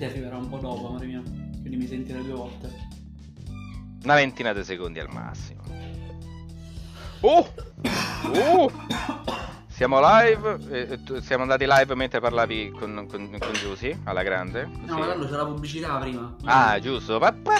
te arriverà un po' dopo, amore mio, quindi mi sentirai 2 volte. Una ventina di secondi al massimo. Siamo live, siamo andati live mentre parlavi con Giusy, alla grande. Così. No, ma tanto c'è la pubblicità prima. Ah, giusto.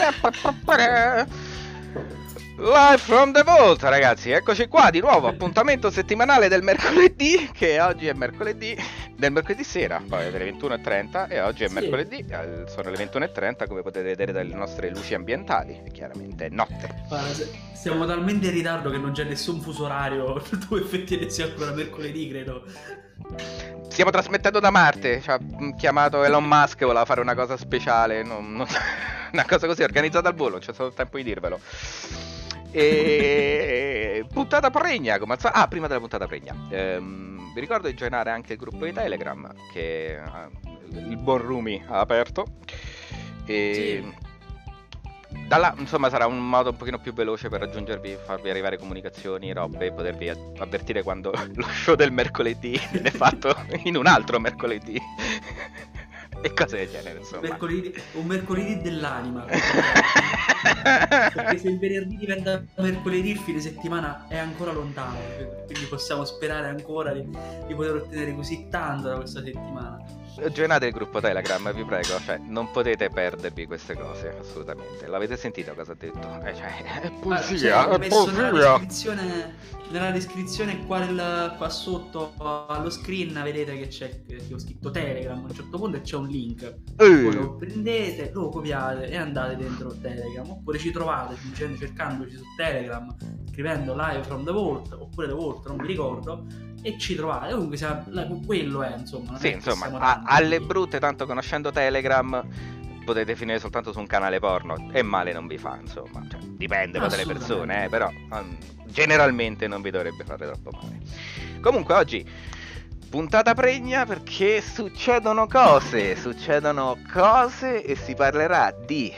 Live from the Vault, ragazzi, eccoci qua di nuovo, appuntamento settimanale del mercoledì, che oggi è mercoledì, del mercoledì sera, poi delle 21:30 e oggi è mercoledì, sono le 21:30 come potete vedere dalle nostre luci ambientali, e chiaramente è notte. Guarda, siamo talmente in ritardo che non c'è nessun fuso orario, tu effettivamente sia ancora mercoledì, credo. Stiamo trasmettendo da Marte, ci ha chiamato Elon Musk, voleva fare una cosa speciale, una cosa così organizzata al volo, non c'è stato il tempo di dirvelo. E puntata pregna, come prima della puntata pregna, vi ricordo di joinare anche il gruppo di Telegram che il buon Rumi ha aperto e da là insomma sarà un modo un pochino più veloce per raggiungervi, farvi arrivare comunicazioni, robe, potervi avvertire quando lo show del mercoledì viene fatto in un altro mercoledì e cose del genere, insomma. Un mercoledì dell'anima. Perché se il venerdì diventa mercoledì, il fine settimana è ancora lontano, quindi possiamo sperare ancora di poter ottenere così tanto da questa settimana. Joinate il gruppo Telegram, vi prego, cioè non potete perdervi queste cose, assolutamente. L'avete sentito cosa ha detto? È poesia, ho messo nella descrizione qua sotto allo screen, vedete che c'è, che ho scritto Telegram a un certo punto e c'è un link. Voi lo prendete, lo copiate e andate dentro Telegram, oppure ci trovate cercandoci su Telegram, scrivendo Live from the Vault oppure The Vault, non mi ricordo, e ci trovate. Comunque quello è, insomma. Sì, insomma, alle brutte, tanto conoscendo Telegram potete finire soltanto su un canale porno e male non vi fa, insomma, cioè, dipende da delle persone, però generalmente non vi dovrebbe fare troppo male. Comunque oggi puntata pregna perché succedono cose e si parlerà di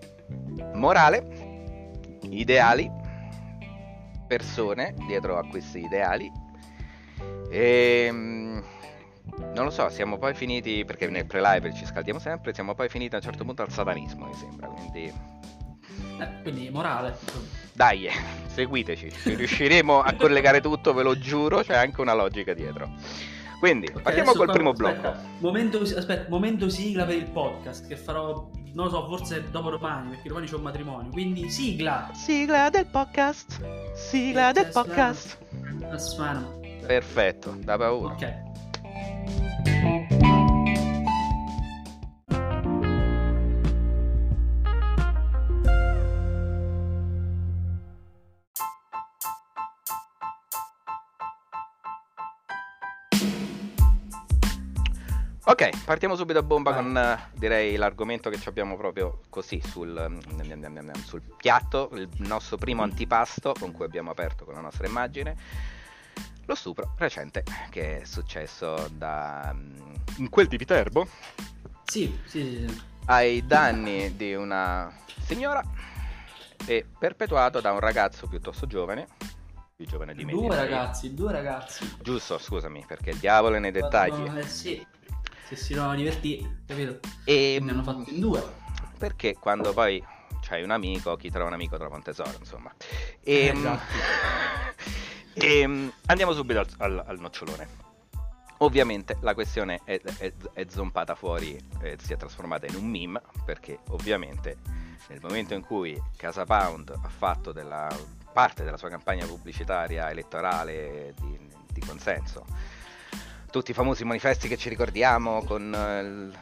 morale, ideali, persone dietro a questi ideali e non lo so, siamo poi finiti, perché nel pre-live ci scaldiamo sempre, siamo poi finiti a un certo punto al satanismo, mi sembra, quindi morale. Dai, seguiteci, riusciremo a collegare tutto, ve lo giuro, c'è anche una logica dietro. Quindi, okay, partiamo col primo blocco. Momento sigla per il podcast, che farò, non lo so, forse dopodomani, perché domani c'ho un matrimonio, quindi sigla! Sigla del podcast! Sigla del podcast! Perfetto, da paura. Ok. Ok, partiamo subito a bomba con direi l'argomento che ci abbiamo proprio così sul piatto, il nostro primo antipasto con cui abbiamo aperto con la nostra immagine, lo stupro recente che è successo in quel di Viterbo. Sì. Ai danni di una signora e perpetuato da un ragazzo piuttosto giovane, più giovane di me. Due ragazzi. Giusto, scusami, perché il diavolo è nei dettagli. Sì. Se si sono divertiti, capito? E ne hanno fatto in due. Perché quando poi c'hai un amico, chi trova un amico trova un tesoro, insomma. Esatto. Andiamo subito al nocciolone. Ovviamente la questione è zompata fuori, si è trasformata in un meme, perché ovviamente nel momento in cui Casa Pound ha fatto parte della sua campagna pubblicitaria elettorale di consenso, tutti i famosi manifesti che ci ricordiamo con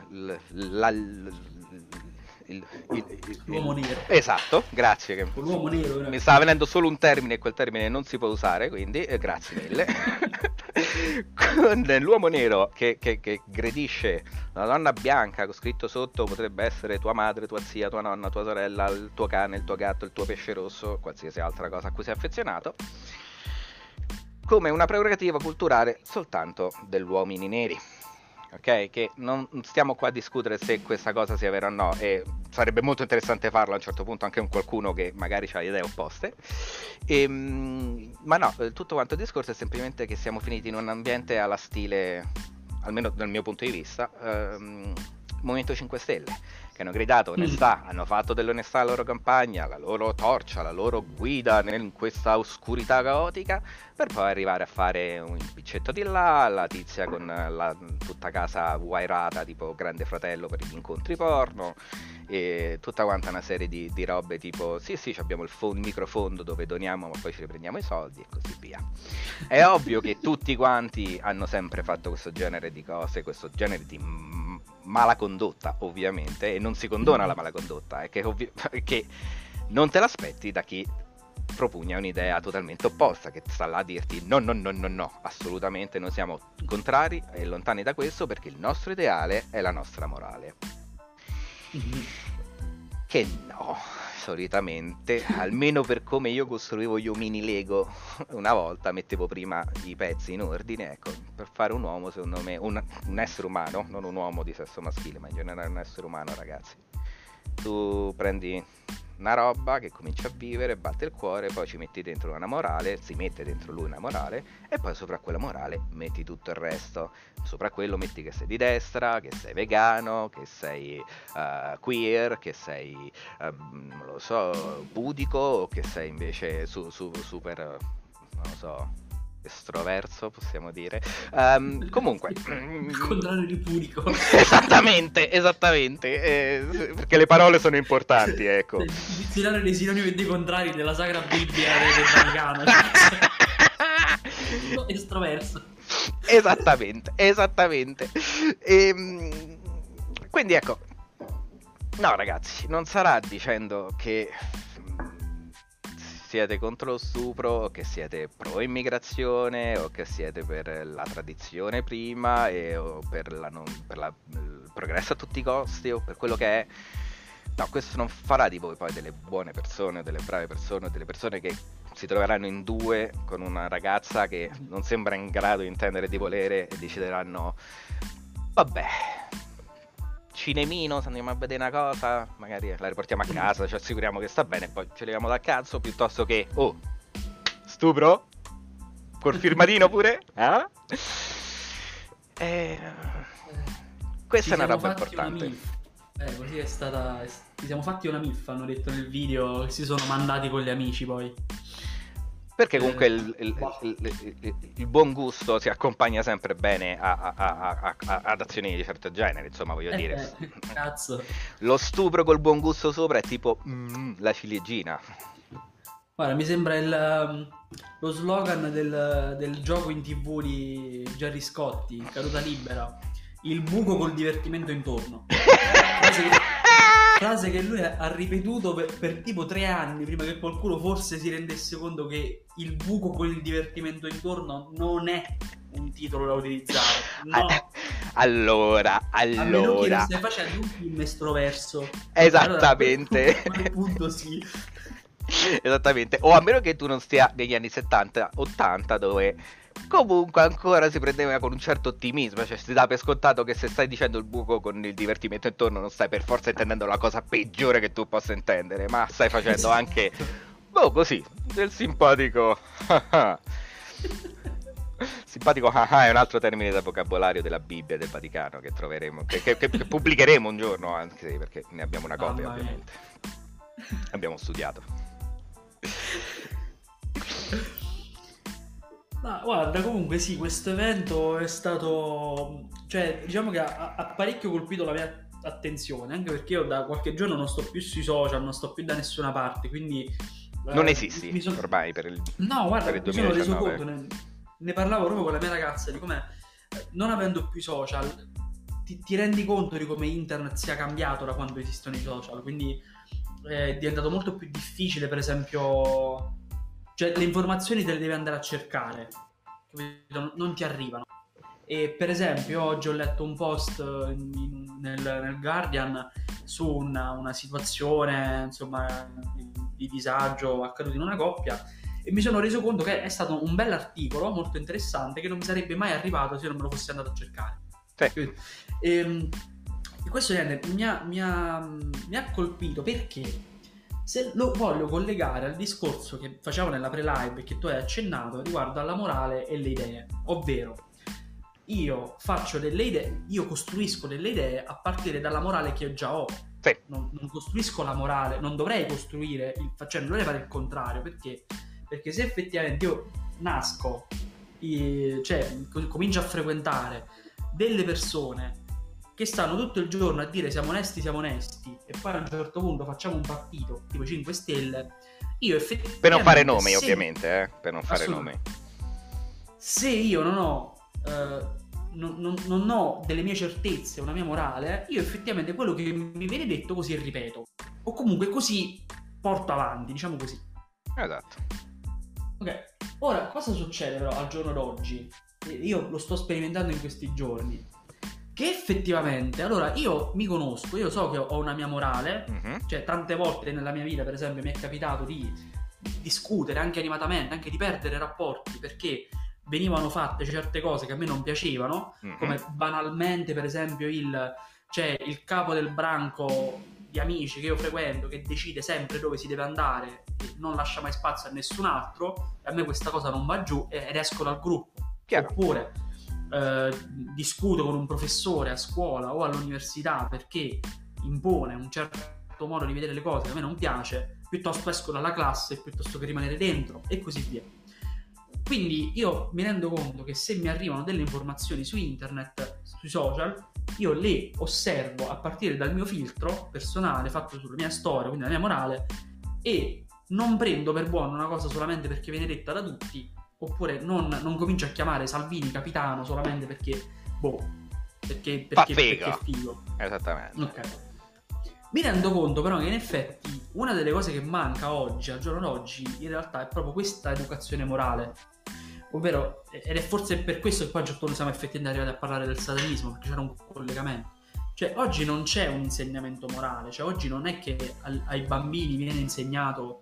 l'uomo nero. Esatto, grazie, che l'uomo nero, mi stava venendo solo un termine e quel termine non si può usare, quindi grazie mille. Con l'uomo nero che aggredisce una donna bianca con scritto sotto potrebbe essere tua madre, tua zia, tua nonna, tua sorella, il tuo cane, il tuo gatto, il tuo pesce rosso, qualsiasi altra cosa a cui sei affezionato, come una prerogativa culturale soltanto degli uomini neri. Ok, che non stiamo qua a discutere se questa cosa sia vera o no, e sarebbe molto interessante farlo a un certo punto anche con qualcuno che magari ha idee opposte, ma no, tutto quanto il discorso è semplicemente che siamo finiti in un ambiente alla stile, almeno dal mio punto di vista, Movimento 5 Stelle, che hanno gridato onestà, hanno fatto dell'onestà la loro campagna, la loro torcia, la loro guida in questa oscurità caotica, per poi arrivare a fare un piccetto di là, la tizia con tutta casa wireata tipo Grande Fratello per gli incontri porno, e tutta quanta una serie di robe tipo sì abbiamo il microfondo dove doniamo ma poi ci riprendiamo i soldi e così via. È ovvio che tutti quanti hanno sempre fatto questo genere di cose, questo genere di mala condotta ovviamente, e non si condona la mala condotta, è che non te l'aspetti da chi propugna un'idea totalmente opposta, che sta là a dirti no, assolutamente noi siamo contrari e lontani da questo perché il nostro ideale è la nostra morale. Che no, solitamente, almeno per come io costruivo gli omini Lego una volta, mettevo prima i pezzi in ordine, ecco, per fare un uomo, secondo me, un essere umano, non un uomo di sesso maschile, ma in generale un essere umano, ragazzi. Tu prendi una roba che comincia a vivere, batte il cuore, poi ci metti dentro una morale, si mette dentro lui una morale, e poi sopra quella morale metti tutto il resto. Sopra quello metti che sei di destra, che sei vegano, che sei queer, che sei, non lo so, pudico, o che sei invece super, non lo so, estroverso, possiamo dire. Comunque il contrario di pudico. esattamente, perché le parole sono importanti, ecco. Il dizionario dei sinonimi e dei contrari della Sacra Bibbia del Vaticano. Estroverso. Esattamente. Quindi ecco, no ragazzi, non sarà dicendo che siete contro lo stupro, o che siete pro immigrazione, o che siete per la tradizione prima, o per il progresso a tutti i costi, o per quello che è. No, questo non farà di voi poi delle buone persone, o delle brave persone, o delle persone che si troveranno in due con una ragazza che non sembra in grado di intendere e di volere, e decideranno vabbè, cinemino, se andiamo a vedere una cosa, magari la riportiamo a casa, ci assicuriamo che sta bene e poi ce leviamo dal cazzo, piuttosto che stupro? Col firmatino pure? Questa è una roba importante. Così è stata. Ci siamo fatti una MILF, hanno detto nel video, che si sono mandati con gli amici poi. Perché comunque il buon gusto si accompagna sempre bene ad azioni di certo genere, insomma, voglio dire. Cazzo. Lo stupro col buon gusto sopra è tipo la ciliegina. Guarda, mi sembra lo slogan del gioco in TV di Gerry Scotti, Caduta Libera. Il buco col divertimento intorno. Frase che lui ha ripetuto per tipo 3 anni prima che qualcuno forse si rendesse conto che il buco con il divertimento intorno non è un titolo da utilizzare. No. Allora. A meno che non stai facendo un film estroverso. Esattamente. Allora, a quel punto sì. Esattamente. O a meno che tu non stia negli anni 70-80 dove comunque ancora si prendeva con un certo ottimismo, cioè si dà per scontato che se stai dicendo il buco con il divertimento intorno non stai per forza intendendo la cosa peggiore che tu possa intendere, ma stai facendo anche così del simpatico simpatico è un altro termine da vocabolario della Bibbia del Vaticano che troveremo, che pubblicheremo un giorno, anche perché ne abbiamo una copia ovviamente. Abbiamo studiato. Ma guarda, comunque sì, questo evento è stato, cioè, diciamo che ha parecchio colpito la mia attenzione, anche perché io da qualche giorno non sto più sui social, non sto più da nessuna parte, quindi non esisti ormai per il no, guarda, per il mi sono reso 2019. conto, ne parlavo proprio con la mia ragazza di come non avendo più i social ti rendi conto di come internet sia cambiato da quando esistono i social, quindi è diventato molto più difficile, per esempio, cioè le informazioni te le devi andare a cercare, non ti arrivano. E per esempio oggi ho letto un post nel Guardian su una situazione, insomma, di disagio accaduto in una coppia, e mi sono reso conto che è stato un bell'articolo molto interessante che non mi sarebbe mai arrivato se io non me lo fossi andato a cercare. E questo mi ha colpito perché, se lo voglio collegare al discorso che facevo nella pre-live e che tu hai accennato riguardo alla morale e le idee, ovvero io faccio delle idee, io costruisco delle idee a partire dalla morale che io già ho. Sì. Non costruisco la morale, non dovrei costruire, cioè non dovrei fare il contrario, perché se effettivamente io nasco, cioè comincio a frequentare delle persone che stanno tutto il giorno a dire siamo onesti, e poi a un certo punto facciamo un partito tipo 5 Stelle, io effettivamente... Per non fare nomi, ovviamente, per non fare nomi. Se io non ho... non ho delle mie certezze, una mia morale, io effettivamente quello che mi viene detto così ripeto, o comunque così porto avanti, diciamo così. Esatto. Ok, ora cosa succede però al giorno d'oggi? Io lo sto sperimentando in questi giorni, che effettivamente, allora io mi conosco, io so che ho una mia morale, cioè tante volte nella mia vita per esempio mi è capitato di discutere anche animatamente, anche di perdere rapporti perché venivano fatte certe cose che a me non piacevano, come banalmente per esempio il capo del branco di amici che io frequento che decide sempre dove si deve andare e non lascia mai spazio a nessun altro, e a me questa cosa non va giù ed esco dal gruppo. Chiaro. Oppure discuto con un professore a scuola o all'università perché impone un certo modo di vedere le cose che a me non piace, piuttosto esco dalla classe piuttosto che rimanere dentro e così via. Quindi io mi rendo conto che se mi arrivano delle informazioni su internet, sui social, io le osservo a partire dal mio filtro personale fatto sulla mia storia, quindi la mia morale, e non prendo per buono una cosa solamente perché viene detta da tutti, oppure non comincio a chiamare Salvini capitano solamente perché perché è figo. Esattamente. Ok. Mi rendo conto però che in effetti una delle cose che manca oggi, al giorno d'oggi, in realtà è proprio questa educazione morale. Ovvero, ed è forse per questo che poi a un certo punto siamo effettivamente arrivati a parlare del satanismo, perché c'era un collegamento. Cioè, oggi non c'è un insegnamento morale, cioè oggi non è che ai bambini viene insegnato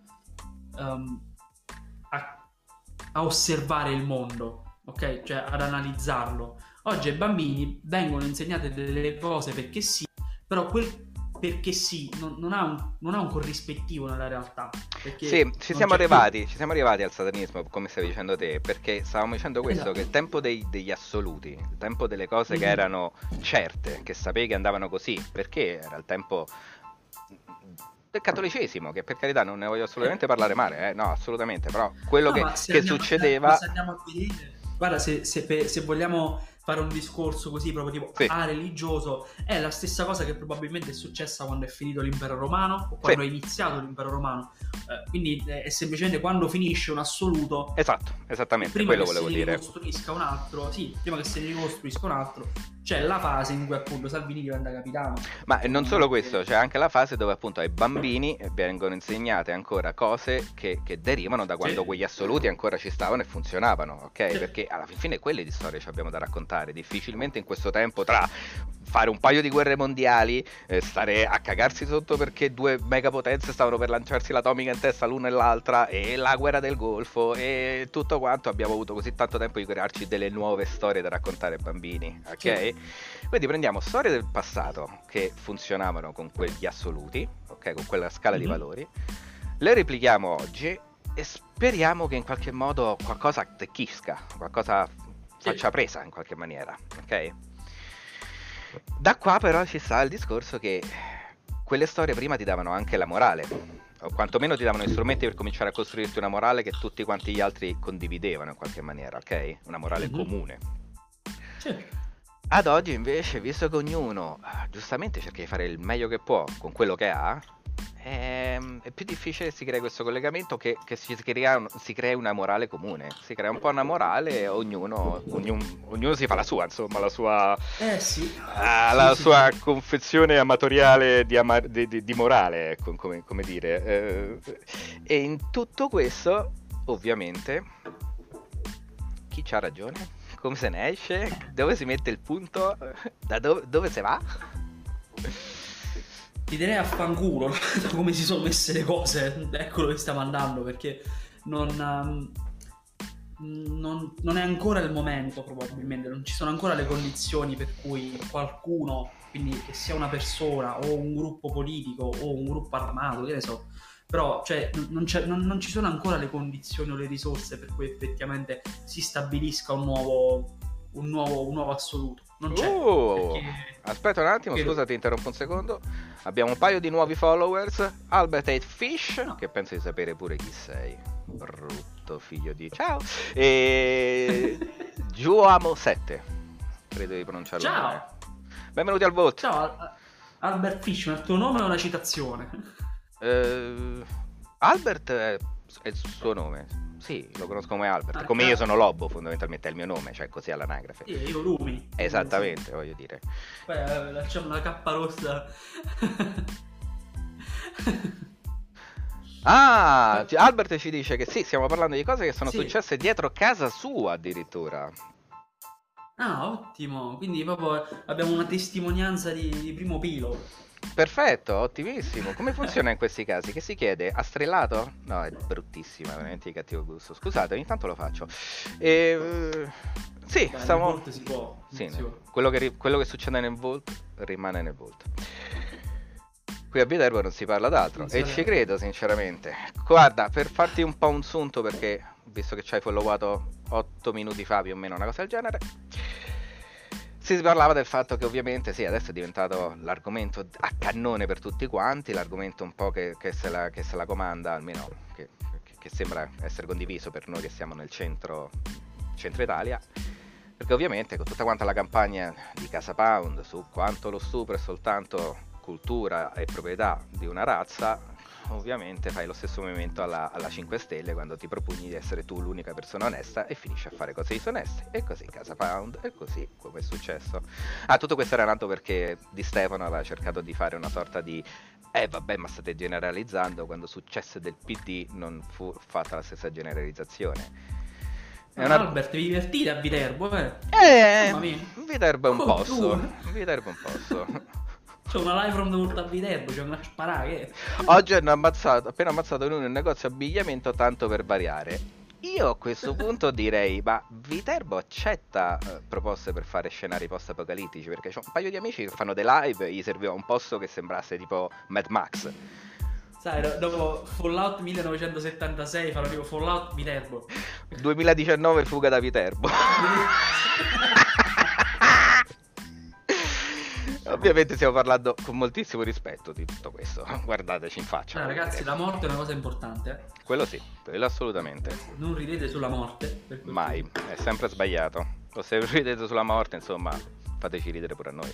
a osservare il mondo, ok? Cioè ad analizzarlo. Oggi ai bambini vengono insegnate delle cose perché sì, però perché sì, non ha un corrispettivo nella realtà. Sì, ci siamo arrivati al satanismo, come stavi dicendo te, perché stavamo dicendo questo, esatto, che il tempo degli assoluti, il tempo delle cose che erano certe, che sapevi che andavano così, perché era il tempo del cattolicesimo, che per carità non ne voglio assolutamente parlare male, no, assolutamente, però quello che succedeva... Se andiamo a vedere, guarda, se vogliamo fare un discorso così proprio tipo religioso, è la stessa cosa che probabilmente è successa quando è finito l'impero romano o quando è iniziato l'impero romano, quindi è semplicemente quando finisce un assoluto, esatto, esattamente, prima quello che volevo se ne dire. ricostruisca un altro, prima che se ne ricostruisca un altro c'è la fase in cui appunto Salvini diventa capitano. Ma non solo questo, c'è anche la fase dove appunto ai bambini vengono insegnate ancora cose che derivano da quando quegli assoluti ancora ci stavano e funzionavano, ok? Perché alla fine quelle di storie ci abbiamo da raccontare. Difficilmente in questo tempo, tra fare un paio di guerre mondiali, stare a cagarsi sotto perché due megapotenze stavano per lanciarsi l'atomica in testa l'una e l'altra, e la guerra del Golfo e tutto quanto, abbiamo avuto così tanto tempo di crearci delle nuove storie da raccontare ai bambini, ok? Quindi prendiamo storie del passato che funzionavano con quegli assoluti, ok, con quella scala di valori, le replichiamo oggi e speriamo che in qualche modo qualcosa attecchisca, qualcosa faccia presa in qualche maniera, ok? Da qua però ci sta il discorso che quelle storie prima ti davano anche la morale, o quantomeno ti davano gli strumenti per cominciare a costruirti una morale che tutti quanti gli altri condividevano in qualche maniera, ok? Una morale comune. Ad oggi invece, visto che ognuno giustamente cerca di fare il meglio che può con quello che ha, è più difficile che si crea questo collegamento, che si crea una morale comune, si crea un po' una morale e ognuno si fa la sua, insomma, la sua sua confezione amatoriale di morale, come dire, e in tutto questo ovviamente chi c'ha ragione? Come se ne esce? Dove si mette il punto? Da dove si va? Ti direi a fanculo da come si sono messe le cose, ecco dove stiamo andando, perché non è ancora il momento, probabilmente non ci sono ancora le condizioni per cui qualcuno, quindi che sia una persona o un gruppo politico o un gruppo armato, che ne so, però cioè, non ci sono ancora le condizioni o le risorse per cui effettivamente si stabilisca un nuovo un nuovo assoluto. Non c'è. Aspetta un attimo, scusa, ti interrompo un secondo. Abbiamo un paio di nuovi followers. Albert 8 Fish, che penso di sapere pure chi sei. Brutto figlio di... Ciao! E... Giuamo 7. Credo di pronunciarlo Ciao! bene. Benvenuti al Vault. Ciao, Albert Fish, il tuo nome è una citazione? Albert è il suo nome. Sì, lo conosco come Albert. Come io sono Lobo, fondamentalmente è il mio nome, cioè così all'anagrafe. Io Rumi. Esattamente, voglio dire. Poi lasciamo la cappa rossa. Albert ci dice che sì, stiamo parlando di cose che sono successe dietro casa sua addirittura. Ah, ottimo. Quindi proprio abbiamo una testimonianza di primo pilo. Perfetto, ottimissimo. Come funziona in questi casi? Che si chiede? Ha strellato? No, è bruttissima, veramente di cattivo gusto. Scusate, ogni tanto lo faccio. Sì, nel Vault si può. Sì, quello che succede nel Vault rimane nel Vault. Qui a Viterbo non si parla d'altro e ci credo sinceramente. Guarda, per farti un po' un sunto, perché visto che ci hai followato 8 minuti fa più o meno, una cosa del genere, si parlava del fatto che ovviamente sì, adesso è diventato l'argomento a cannone per tutti quanti, l'argomento un po' che se la comanda, almeno che sembra essere condiviso per noi che siamo nel centro Italia, perché ovviamente con tutta quanta la campagna di Casa Pound su quanto lo stupro è soltanto cultura e proprietà di una razza, ovviamente fai lo stesso movimento alla 5 Stelle quando ti propugni di essere tu l'unica persona onesta e finisci a fare cose disoneste, e così Casa Pound, e così come è successo. Tutto questo era nato perché Di Stefano aveva cercato di fare una sorta di vabbè, ma state generalizzando, quando successe del PD non fu fatta la stessa generalizzazione. Albert, vi divertite a Viterbo? Viterbo è un posto. Viterbo è un posto. C'è una live from the Vault a Viterbo, c'è una sparare. Oggi hanno appena ammazzato in un negozio abbigliamento, tanto per variare. Io a questo punto direi, ma Viterbo accetta proposte per fare scenari post-apocalittici, perché c'ho un paio di amici che fanno dei live, gli serviva un posto che sembrasse tipo Mad Max. Sai, dopo Fallout 1976 farò tipo Fallout Viterbo. 2019 fuga da Viterbo. Ovviamente stiamo parlando con moltissimo rispetto di tutto questo. Guardateci in faccia. Ragazzi, la morte è una cosa importante. Quello sì, quello assolutamente. Non ridete sulla morte. Mai, è sempre sbagliato. O se ridete sulla morte, insomma, fateci ridere pure a noi.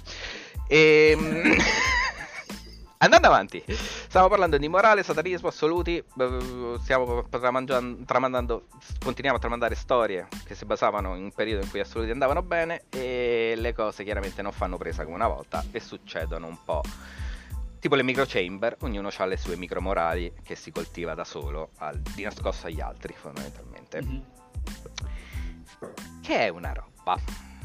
Andando avanti, stiamo parlando di morale, satanismo, assoluti, stiamo tramandando, continuiamo a tramandare storie che si basavano in un periodo in cui gli assoluti andavano bene e le cose chiaramente non fanno presa come una volta e succedono un po' tipo le micro chamber, ognuno ha le sue micro morali che si coltiva da solo, di nascosto agli altri fondamentalmente, che è una roba.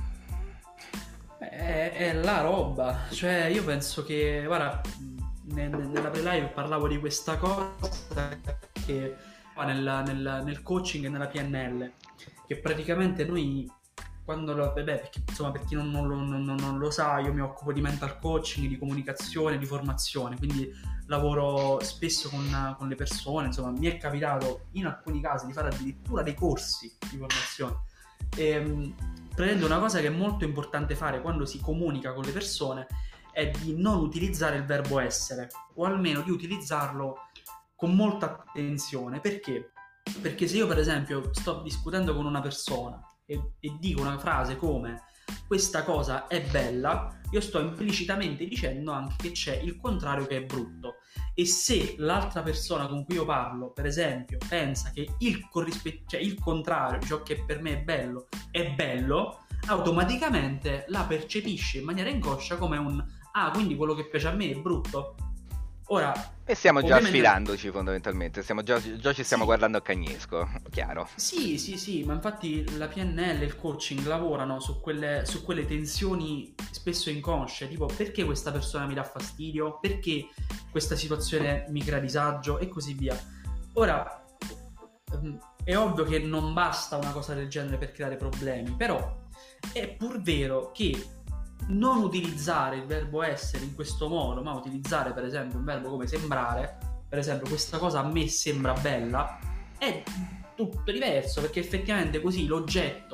È la roba, cioè io penso che, guarda, nella pre-live parlavo di questa cosa che nel coaching e nella PNL, che praticamente noi quando perché insomma, per chi non lo sa, io mi occupo di mental coaching, di comunicazione, di formazione, quindi lavoro spesso con le persone, insomma mi è capitato in alcuni casi di fare addirittura dei corsi di formazione. Prendendo una cosa che è molto importante fare quando si comunica con le persone è di non utilizzare il verbo essere, o almeno di utilizzarlo con molta attenzione. Perché? Perché se io per esempio sto discutendo con una persona e dico una frase come questa cosa è bella, io sto implicitamente dicendo anche che c'è il contrario che è brutto, e se l'altra persona con cui io parlo per esempio pensa che il contrario di ciò che per me è bello, automaticamente la percepisce in maniera inconscia come un quindi quello che piace a me è brutto. Ora, e stiamo già sfidandoci fondamentalmente, già ci stiamo guardando a cagnesco, chiaro. Sì, ma infatti la PNL e il coaching lavorano su quelle tensioni spesso inconsce, tipo perché questa persona mi dà fastidio, perché questa situazione mi crea disagio e così via. Ora, è ovvio che non basta una cosa del genere per creare problemi, però è pur vero che non utilizzare il verbo essere in questo modo, ma utilizzare per esempio un verbo come sembrare, per esempio questa cosa a me sembra bella, è tutto diverso, perché effettivamente così l'oggetto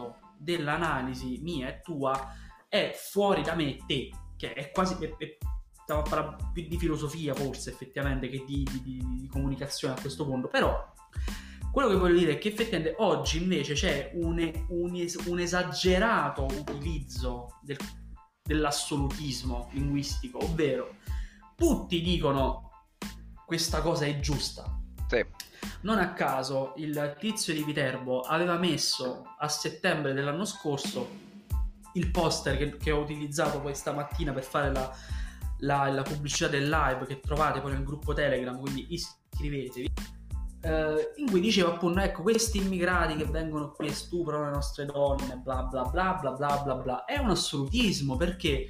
dell'analisi mia e tua è fuori da me e te, che è quasi... stiamo a parlare più di filosofia forse effettivamente che di comunicazione a questo punto, però quello che voglio dire è che effettivamente oggi invece c'è un esagerato utilizzo dell'assolutismo linguistico, ovvero tutti dicono questa cosa è giusta. Sì. Non a caso il tizio di Viterbo aveva messo a settembre dell'anno scorso il poster che ho utilizzato poi stamattina per fare la pubblicità del live, che trovate poi nel gruppo Telegram, quindi iscrivetevi, in cui diceva appunto, ecco, questi immigrati che vengono qui e stuprano le nostre donne, bla bla bla bla bla bla bla. È un assolutismo perché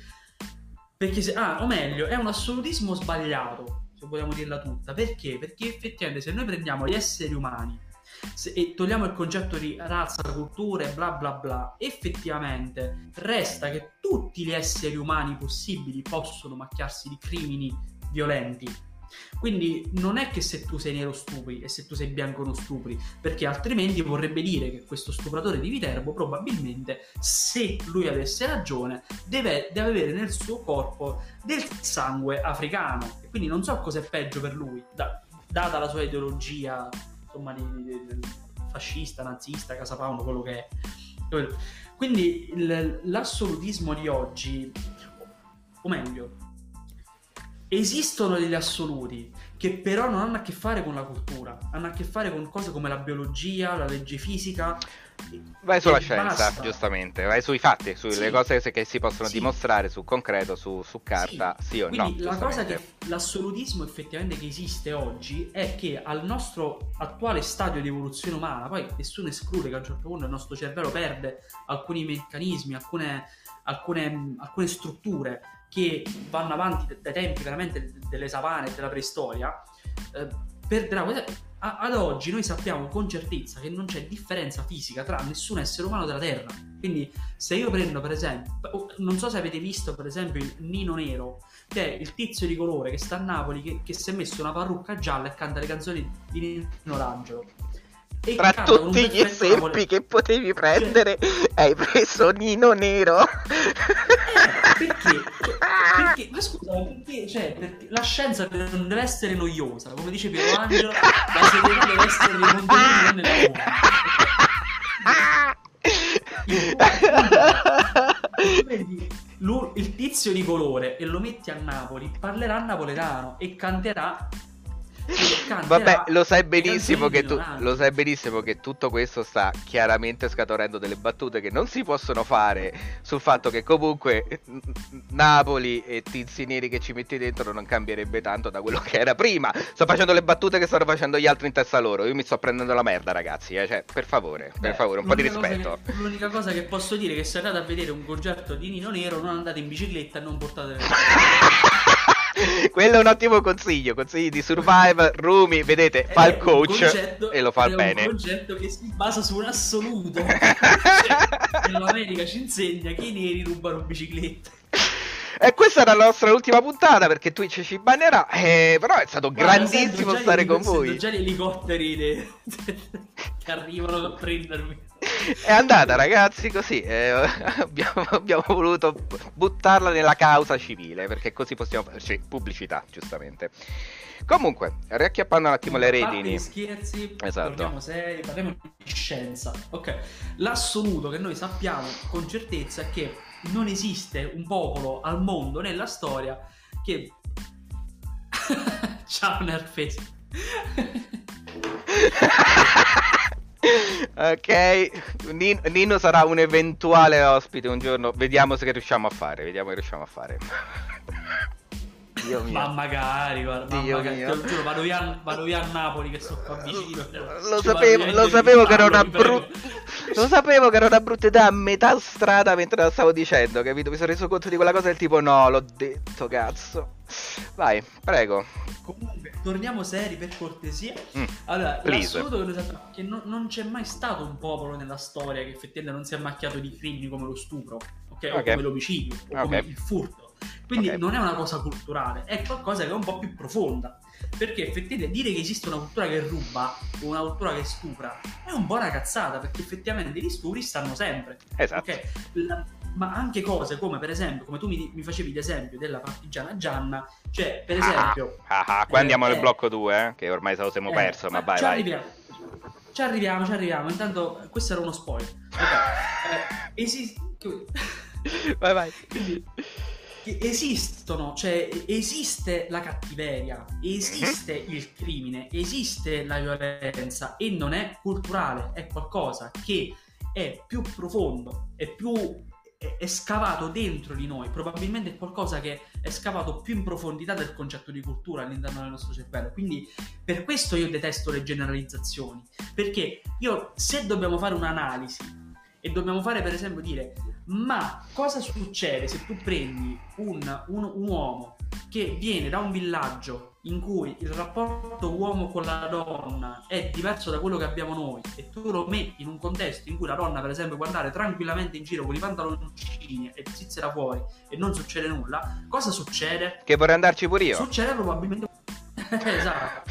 o meglio, è un assolutismo sbagliato, se vogliamo dirla tutta. Perché? Perché effettivamente se noi prendiamo gli esseri umani e togliamo il concetto di razza, cultura e bla bla bla, effettivamente resta che tutti gli esseri umani possibili possono macchiarsi di crimini violenti. Quindi non è che se tu sei nero stupri e se tu sei bianco non stupri, perché altrimenti vorrebbe dire che questo stupratore di Viterbo probabilmente, se lui avesse ragione, deve avere nel suo corpo del sangue africano, e quindi non so cosa è peggio per lui, data la sua ideologia, insomma, di fascista, nazista, Casapound, quello che è. Quindi l'assolutismo di oggi, o meglio, esistono degli assoluti che però non hanno a che fare con la cultura, hanno a che fare con cose come la biologia, la legge fisica. Vai sulla scienza, giustamente, vai sui fatti, sulle cose che si possono dimostrare sul concreto, su carta, sì o no. Quindi la cosa che l'assolutismo effettivamente che esiste oggi è che al nostro attuale stadio di evoluzione umana, poi nessuno esclude che a un certo punto il nostro cervello perde alcuni meccanismi, alcune strutture che vanno avanti dai tempi veramente delle savane e della preistoria, perderà. Ad oggi noi sappiamo con certezza che non c'è differenza fisica tra nessun essere umano della Terra. Quindi se io prendo per esempio, non so se avete visto per esempio il Nino Nero, che è il tizio di colore che sta a Napoli, che si è messo una parrucca gialla e canta le canzoni di Nino Rangelo. E tra tutti gli esempi che potevi prendere, hai preso Nino Nero. Perché? Ma scusa, perché la scienza non deve essere noiosa, come dice Piero Angelo, la serietà deve essere dei contenuti nella vita. Il tizio di colore e lo metti a Napoli, parlerà napoletano e canterà. Vabbè, lo sai benissimo che tutto questo sta chiaramente scaturendo delle battute che non si possono fare sul fatto che comunque Napoli e tizi neri che ci metti dentro non cambierebbe tanto da quello che era prima. Sto facendo le battute che stanno facendo gli altri in testa loro. Io mi sto prendendo la merda, ragazzi, cioè, per favore, un po' di rispetto. L'unica cosa che posso dire è che se andate a vedere un concerto di Nino Nero, non andate in bicicletta e non portate le quello è un ottimo consiglio di Survive. Rumi, vedete, fa il coach e lo fa bene. È un concetto che si basa su un assoluto. L'America ci insegna che i neri rubano biciclette. E questa era la nostra ultima puntata, perché Twitch ci bannerà. Però è stato grandissimo stare con voi. Sento già gli elicotteri che arrivano a prendermi. È andata, ragazzi, così. Abbiamo voluto buttarla nella causa civile, perché così possiamo farci pubblicità, giustamente. Comunque, riacchiappando un attimo le redini. Scherzi, esatto. Torniamo seri, parliamo di scienza. Ok, l'assoluto che noi sappiamo con certezza è che non esiste un popolo al mondo nella storia che ciao Nerface. Ok, Nino sarà un eventuale ospite un giorno. Vediamo se riusciamo a fare. Dio mio. Ma magari, guarda, te lo giuro, vado via a Napoli che sto qua vicino. Lo sapevo che era una brutta idea a metà strada mentre la stavo dicendo, capito? Mi sono reso conto di quella cosa del tipo no, l'ho detto, cazzo. Vai, prego. Comunque, torniamo seri per cortesia. Allora, l'assoluto che noi sappiamo è che non c'è mai stato un popolo nella storia che effettivamente non si è macchiato di crimini come lo stupro, ok? O come l'omicidio, o come il furto. Quindi Ok. non è una cosa culturale, è qualcosa che è un po' più profonda. Perché effettivamente dire che esiste una cultura che ruba o una cultura che stupra è un po' una cazzata, perché effettivamente gli stupri stanno sempre. Esatto. Ok? Ma anche cose come, per esempio, come tu mi facevi l'esempio della partigiana Gianna, cioè, per esempio... Qua andiamo nel blocco 2, che ormai se lo siamo perso, ma vai, ci vai. arriviamo. Ci arriviamo. Intanto, questo era uno spoiler. Vai, vai. Quindi, esistono, cioè esiste la cattiveria, esiste il crimine, esiste la violenza e non è culturale, è qualcosa che è più profondo, è scavato dentro di noi, probabilmente è qualcosa che è scavato più in profondità del concetto di cultura all'interno del nostro cervello. Quindi per questo io detesto le generalizzazioni, perché se dobbiamo fare un'analisi e dobbiamo fare, per esempio, dire: ma cosa succede se tu prendi un uomo che viene da un villaggio in cui il rapporto uomo con la donna è diverso da quello che abbiamo noi, e tu lo metti in un contesto in cui la donna, per esempio, può andare tranquillamente in giro con i pantaloncini e zizzera fuori e non succede nulla, cosa succede? Che vorrei andarci pure io. Succede probabilmente esatto.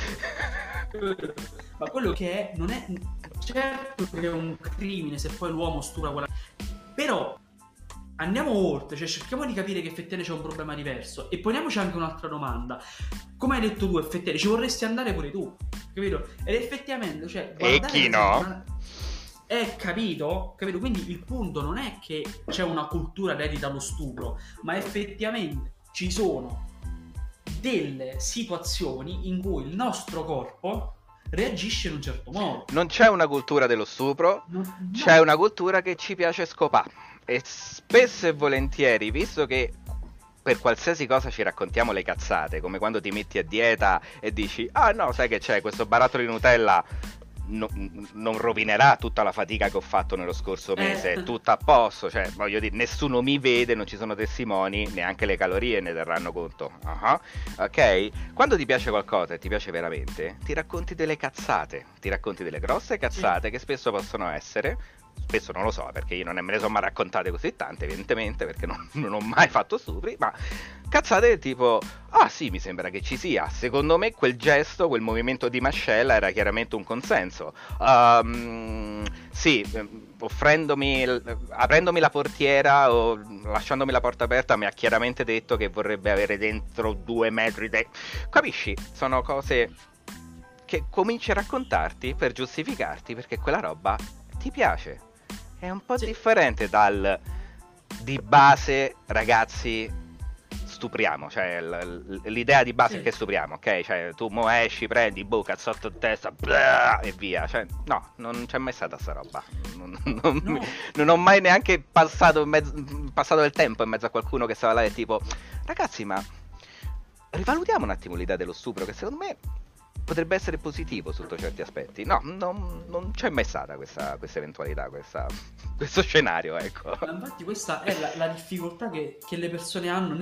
Ma quello che è, non è certo che è un crimine se poi l'uomo stupra quella, però andiamo oltre, cioè cerchiamo di capire che effettivamente c'è un problema diverso e poniamoci anche un'altra domanda: come hai detto tu, effettivamente ci vorresti andare pure tu, capito? Ed effettivamente, cioè, e chi no? Capito? Quindi il punto non è che c'è una cultura dedita allo stupro, ma effettivamente ci sono delle situazioni in cui il nostro corpo reagisce in un certo modo. Non c'è una cultura dello stupro, no. C'è una cultura che ci piace scopare. E spesso e volentieri, visto che per qualsiasi cosa ci raccontiamo le cazzate, come quando ti metti a dieta e dici: ah no, sai che c'è, questo barattolo di Nutella non rovinerà tutta la fatica che ho fatto nello scorso mese, è tutto a posto, cioè voglio dire, nessuno mi vede, non ci sono testimoni, neanche le calorie ne terranno conto. Ok? Quando ti piace qualcosa e ti piace veramente, ti racconti delle cazzate, ti racconti delle grosse cazzate che spesso possono essere, spesso non lo so perché io non me ne sono mai raccontate così tante, evidentemente, perché non ho mai fatto stupri, ma cazzate del tipo: ah sì, mi sembra che ci sia, secondo me quel gesto, quel movimento di mascella era chiaramente un consenso. Sì, aprendomi la portiera o lasciandomi la porta aperta mi ha chiaramente detto che vorrebbe avere dentro 2 metri capisci? Sono cose che cominci a raccontarti per giustificarti perché quella roba ti piace. È un po' differente dal di base, ragazzi, stupriamo, cioè l'idea di base è che stupriamo, ok? Cioè tu mo esci, prendi, cazzotto in testa, blah, e via. Cioè no, non c'è mai stata sta roba. Non ho mai neanche passato del tempo in mezzo a qualcuno che stava là e tipo: ragazzi, ma rivalutiamo un attimo l'idea dello stupro, che secondo me potrebbe essere positivo sotto certi aspetti. No, non c'è mai stata questa eventualità, questo scenario, ecco. Ma infatti questa è la difficoltà che le persone hanno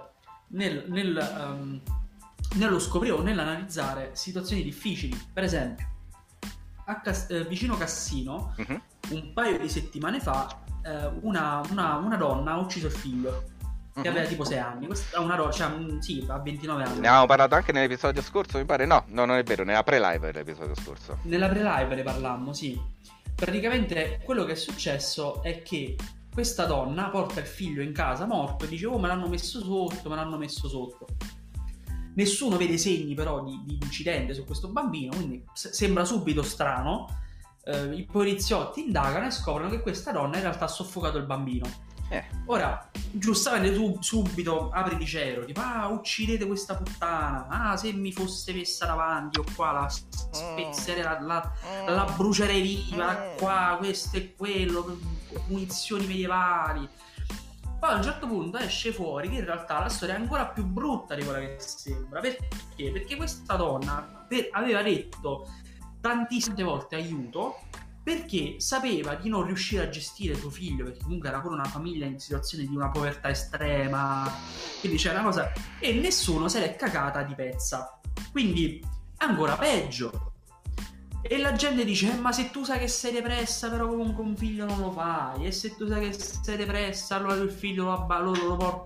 nello scoprire o nell'analizzare situazioni difficili. Per esempio, vicino Cassino, un paio di settimane fa, una donna ha ucciso il figlio che aveva tipo 6 anni. Questa è una roccia, sì, ha 29 anni. Ne avevamo parlato anche nell'episodio scorso, mi pare. No, non è vero, nella pre-live dell'episodio scorso. Nella pre-live ne parlammo, sì. Praticamente quello che è successo è che questa donna porta il figlio in casa morto e dice: oh, me l'hanno messo sotto. Nessuno vede segni però di incidente su questo bambino, quindi sembra subito strano. I poliziotti indagano e scoprono che questa donna in realtà ha soffocato il bambino. Ora, giustamente tu subito apri di cielo, tipo: ah, uccidete questa puttana, se mi fosse messa davanti o qua la spezzerei, la brucerei viva, qua questo e quello, munizioni medievali. Poi a un certo punto esce fuori che in realtà la storia è ancora più brutta di quella che sembra. Perché? Perché questa donna aveva detto tantissime volte aiuto, perché sapeva di non riuscire a gestire suo figlio, perché comunque era pure una famiglia in situazione di una povertà estrema, quindi c'era una cosa, e nessuno se l'è cagata di pezza, quindi ancora peggio. E la gente dice: ma se tu sai che sei depressa, però comunque un figlio non lo fai, e se tu sai che sei depressa, allora il figlio lo porti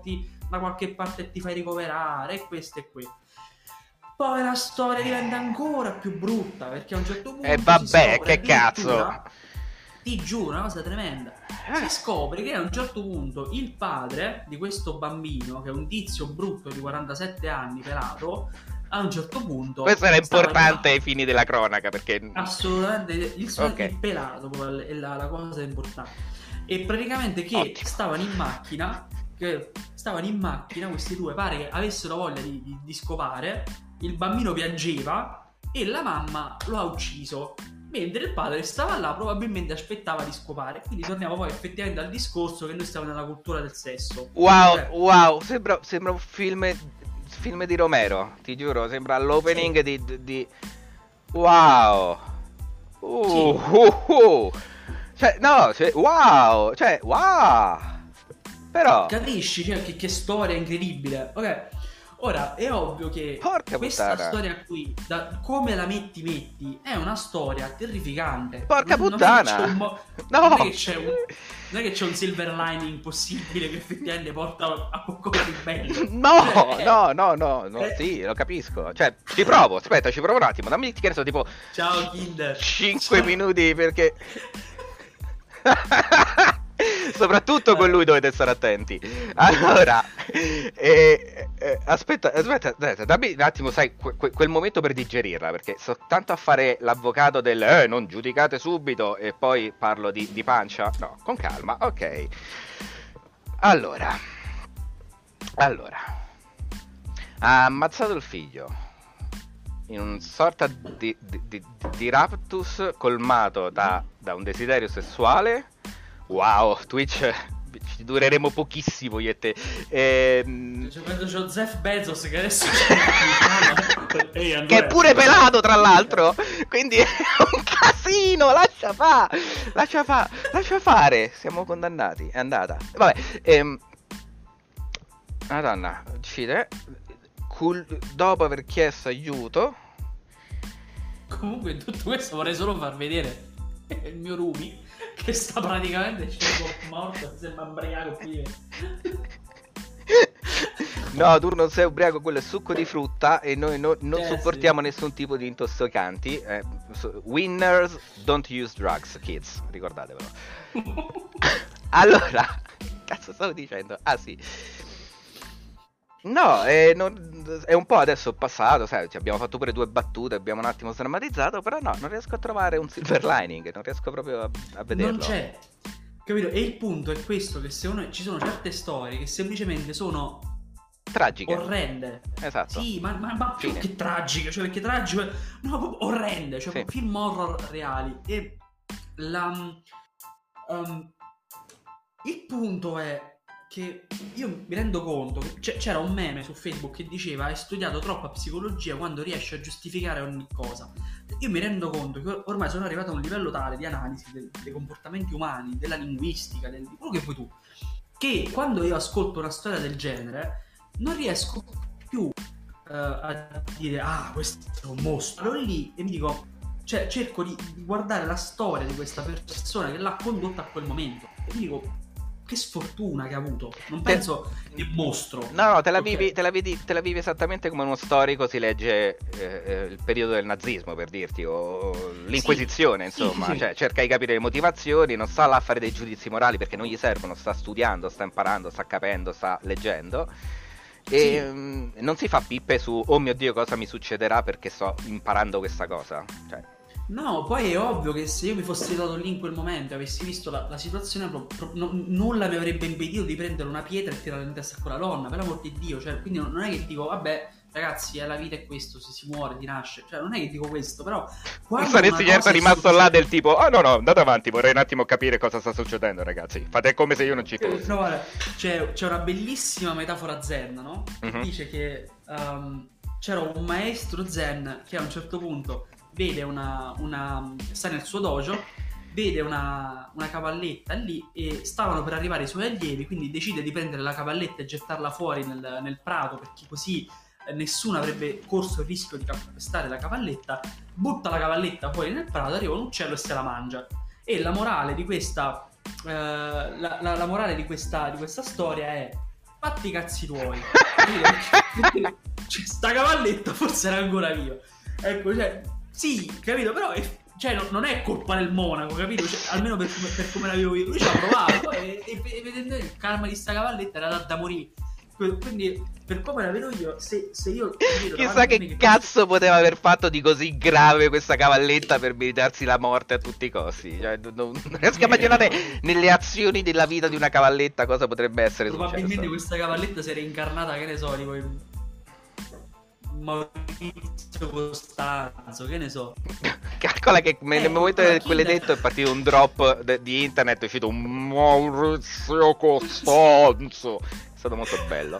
da qualche parte e ti fai ricoverare, e questo e quello. Poi la storia diventa ancora più brutta, perché a un certo punto e vabbè, che cazzo, ti giuro, una cosa tremenda, si scopre che a un certo punto il padre di questo bambino, che è un tizio brutto di 47 anni, pelato, a un certo punto questo era importante ai fini della cronaca, perché assolutamente il pelato è la cosa importante. E praticamente che stavano in macchina questi due, pare che avessero voglia di scopare, il bambino piangeva e la mamma lo ha ucciso, mentre il padre stava là, probabilmente aspettava di scopare. Quindi torniamo poi effettivamente al discorso che noi stiamo nella cultura del sesso. Wow, sembra un film di Romero, ti giuro, sembra l'opening di wow. Wow. Però capisci, cioè, che storia incredibile. Ok, ora è ovvio che questa storia qui, come la metti, è una storia terrificante. Porca puttana. Non è che c'è un silver lining possibile che effettivamente porta a qualcosa di bello. No, sì, lo capisco. Cioè, ci provo un attimo. Dammi ti chiedo tipo ciao Kinder. 5 minuti perché soprattutto con lui dovete stare attenti. Allora, aspetta, dammi un attimo, sai, quel momento per digerirla, perché sto tanto a fare l'avvocato del non giudicate subito e poi parlo di pancia. No, con calma, ok. Allora, ha ammazzato il figlio in un sorta di raptus colmato da un desiderio sessuale. Wow, Twitch, ci dureremo pochissimo io e te. C'è Jeff Bezos che adesso che è pure pelato, tra l'altro. Quindi è un casino. Lascia fare. Siamo condannati. È andata. Vabbè. Madonna, uccide. Dopo aver chiesto aiuto. Comunque in tutto questo vorrei solo far vedere il mio Rumi che sta praticamente morto, sembra ubriaco qui. No, tu non sei ubriaco, quello è succo di frutta e noi non supportiamo nessun tipo di intossicanti. Winners don't use drugs, kids, ricordatevelo. Allora, cazzo stavo dicendo? Ah sì. No, è un po' adesso passato, sai, ci abbiamo fatto pure 2 battute, abbiamo un attimo sdrammatizzato, però no, non riesco a trovare un silver lining, non riesco proprio a vederlo. Non c'è, capito? E il punto è questo, che secondo me ci sono certe storie che semplicemente sono tragiche, orrende. Esatto. Sì, ma più che tragiche, cioè perché tragiche, no, proprio orrende, cioè sì. Film horror reali. E il punto è che io mi rendo conto che c'era un meme su Facebook che diceva: hai studiato troppa psicologia quando riesci a giustificare ogni cosa. Io mi rendo conto che ormai sono arrivato a un livello tale di analisi dei comportamenti umani, della linguistica, di quello che vuoi tu, che quando io ascolto una storia del genere non riesco più a dire questo è un mostro. Allora lì e mi dico, cioè cerco di guardare la storia di questa persona che l'ha condotta a quel momento e mi dico: che sfortuna che ha avuto. Non penso che mostro. No, te la vivi esattamente come uno storico si legge il periodo del nazismo, per dirti, o l'Inquisizione, sì, insomma. Sì. Cioè, cerca di capire le motivazioni, non sta là a fare dei giudizi morali perché non gli servono, sta studiando, sta imparando, sta capendo, sta leggendo. E non si fa pippe su oh mio Dio cosa mi succederà perché sto imparando questa cosa. Cioè, no, poi è ovvio che se io mi fossi trovato lì in quel momento e avessi visto la situazione, nulla mi avrebbe impedito di prendere una pietra e tirarla in testa a quella donna, per l'amor di Dio. Cioè, quindi non è che dico, vabbè, ragazzi, la vita è questo, se si muore, si nasce. Cioè, non è che dico questo, però non saresti certo rimasto là del tipo, no, andate avanti, vorrei un attimo capire cosa sta succedendo, ragazzi. Fate come se io non ci fossi. No, guarda, c'è una bellissima metafora zen, no? Che dice che c'era un maestro zen che a un certo punto vede sta nel suo dojo, vede una cavalletta lì e stavano per arrivare i suoi allievi, quindi decide di prendere la cavalletta e gettarla fuori nel prato, perché così nessuno avrebbe corso il rischio di calpestare la cavalletta. Butta la cavalletta fuori nel prato, arriva un uccello e se la mangia. E la morale di questa la morale di questa storia è: fatti i cazzi tuoi. Cioè, sta cavalletta forse era ancora viva. Ecco, cioè, sì, capito, però cioè, non è colpa del monaco, capito? Cioè, almeno per come l'avevo io. Lui ci ha provato e vedendo il karma di sta cavalletta era da morire. Quindi, per come la vedo io, se io chissà che cazzo poteva aver fatto di così grave questa cavalletta per meritarsi la morte a tutti i costi. Cioè, non riesco a immaginare nelle azioni della vita di una cavalletta cosa potrebbe essere probabilmente successo. Questa cavalletta si era incarnata, che ne so, tipo Maurizio Costanzo, che ne so. Calcola che nel momento in cui l'hai detto è partito un drop di internet, è uscito un Maurizio Costanzo. È stato molto bello.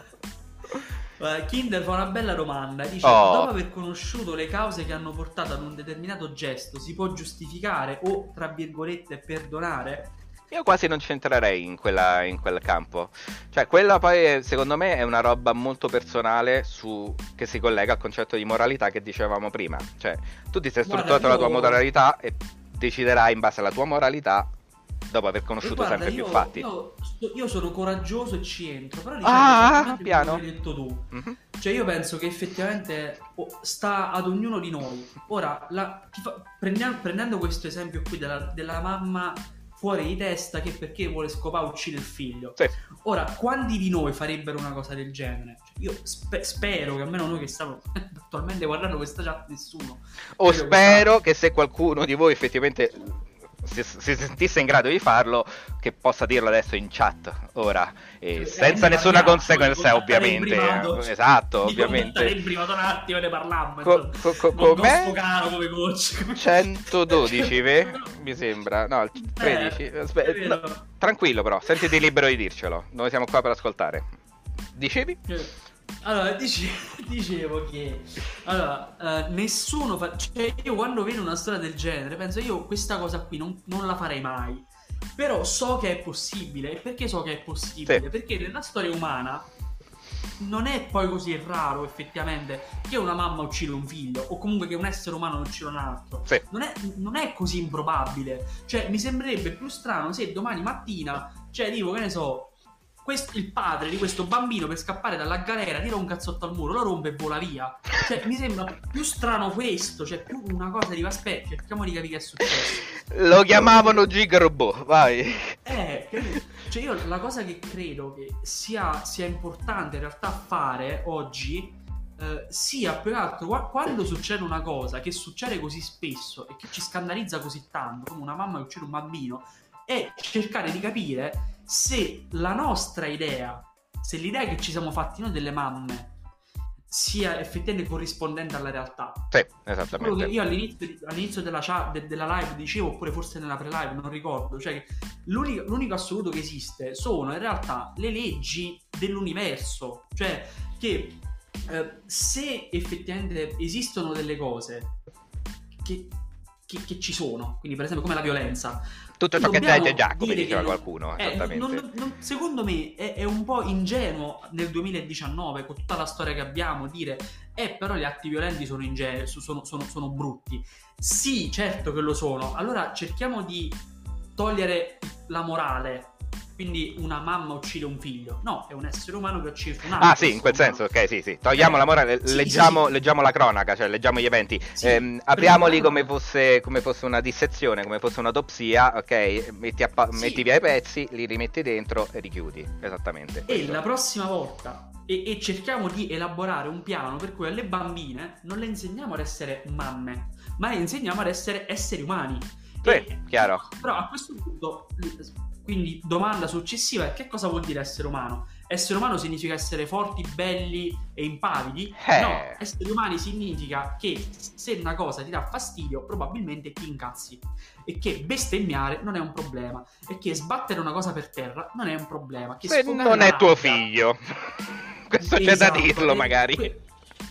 Kinder fa una bella domanda. Dice: dopo aver conosciuto le cause che hanno portato ad un determinato gesto, si può giustificare o, tra virgolette, perdonare? Io quasi non c'entrerei in quel campo. Cioè, quella poi secondo me è una roba molto personale che si collega al concetto di moralità che dicevamo prima. Cioè, tu ti sei strutturato la tua moralità e deciderai in base alla tua moralità dopo aver conosciuto sempre più fatti. Io sono coraggioso e ci entro, però diciamo piano. Come hai detto tu. Cioè, io penso che effettivamente sta ad ognuno di noi. Ora, prendendo questo esempio qui della mamma fuori di testa che perché vuole scopare uccide il figlio. Sì. Ora, quanti di noi farebbero una cosa del genere? Cioè, io spero che almeno noi che stiamo attualmente guardando questa chat, nessuno. O spero che se qualcuno di voi effettivamente si sentisse in grado di farlo, che possa dirlo adesso in chat ora, senza nessuna conseguenza, ovviamente. Esatto, ovviamente. In privato un attimo ne parlammo. Com'è? Come coach. 112 mi sembra. No, 13. Aspetta, no, tranquillo però, sentiti libero di dircelo. Noi siamo qua per ascoltare. Dicevi? Allora, dicevo che nessuno cioè, io quando vedo una storia del genere penso, io questa cosa qui non la farei mai. Però so che è possibile. E perché so che è possibile? Sì. Perché nella storia umana non è poi così raro effettivamente che una mamma uccida un figlio, o comunque che un essere umano uccida un altro. Sì. Non è così improbabile. Cioè, mi sembrerebbe più strano se domani mattina, cioè dico, che ne so, il padre di questo bambino, per scappare dalla galera, tira un cazzotto al muro, lo rompe e vola via. Cioè, mi sembra più strano questo. Cioè, più una cosa di aspetta, cerchiamo di capire che è successo. Lo chiamavano Giga Robot, vai. Cioè, io la cosa che credo che sia importante in realtà fare oggi, sia più che altro quando succede una cosa che succede così spesso e che ci scandalizza così tanto, come una mamma che uccide un bambino, è cercare di capire se la nostra idea, se l'idea che ci siamo fatti noi delle mamme sia effettivamente corrispondente alla realtà. Sì, esattamente. Quello che io all'inizio della live dicevo, oppure forse nella pre-live, non ricordo, cioè che l'unico assoluto che esiste sono in realtà le leggi dell'universo. Cioè che se effettivamente esistono delle cose che ci sono, quindi per esempio come la violenza, tutto ciò che dai già, come diceva qualcuno, esattamente. Secondo me è un po' ingenuo nel 2019, con tutta la storia che abbiamo, dire però gli atti violenti sono brutti. Sì, certo che lo sono. Allora cerchiamo di togliere la morale. Quindi una mamma uccide un figlio. No, è un essere umano che uccide un altro. Ah sì, in quel senso, ok, sì. Togliamo la morale, leggiamo la cronaca, cioè leggiamo gli eventi. Sì, apriamoli come fosse una dissezione, come fosse un'autopsia, ok? Metti via i pezzi, li rimetti dentro e richiudi. Esattamente. E la prossima volta, e cerchiamo di elaborare un piano per cui alle bambine non le insegniamo ad essere mamme, ma le insegniamo ad essere esseri umani. Sì, chiaro. Però a questo punto... Quindi domanda successiva è: che cosa vuol dire essere umano? Essere umano significa essere forti, belli e impavidi? No, esseri umani significa che se una cosa ti dà fastidio probabilmente ti incazzi, e che bestemmiare non è un problema, e che sbattere una cosa per terra non è un problema, che se non è tuo figlio. Questo c'è da dirlo magari.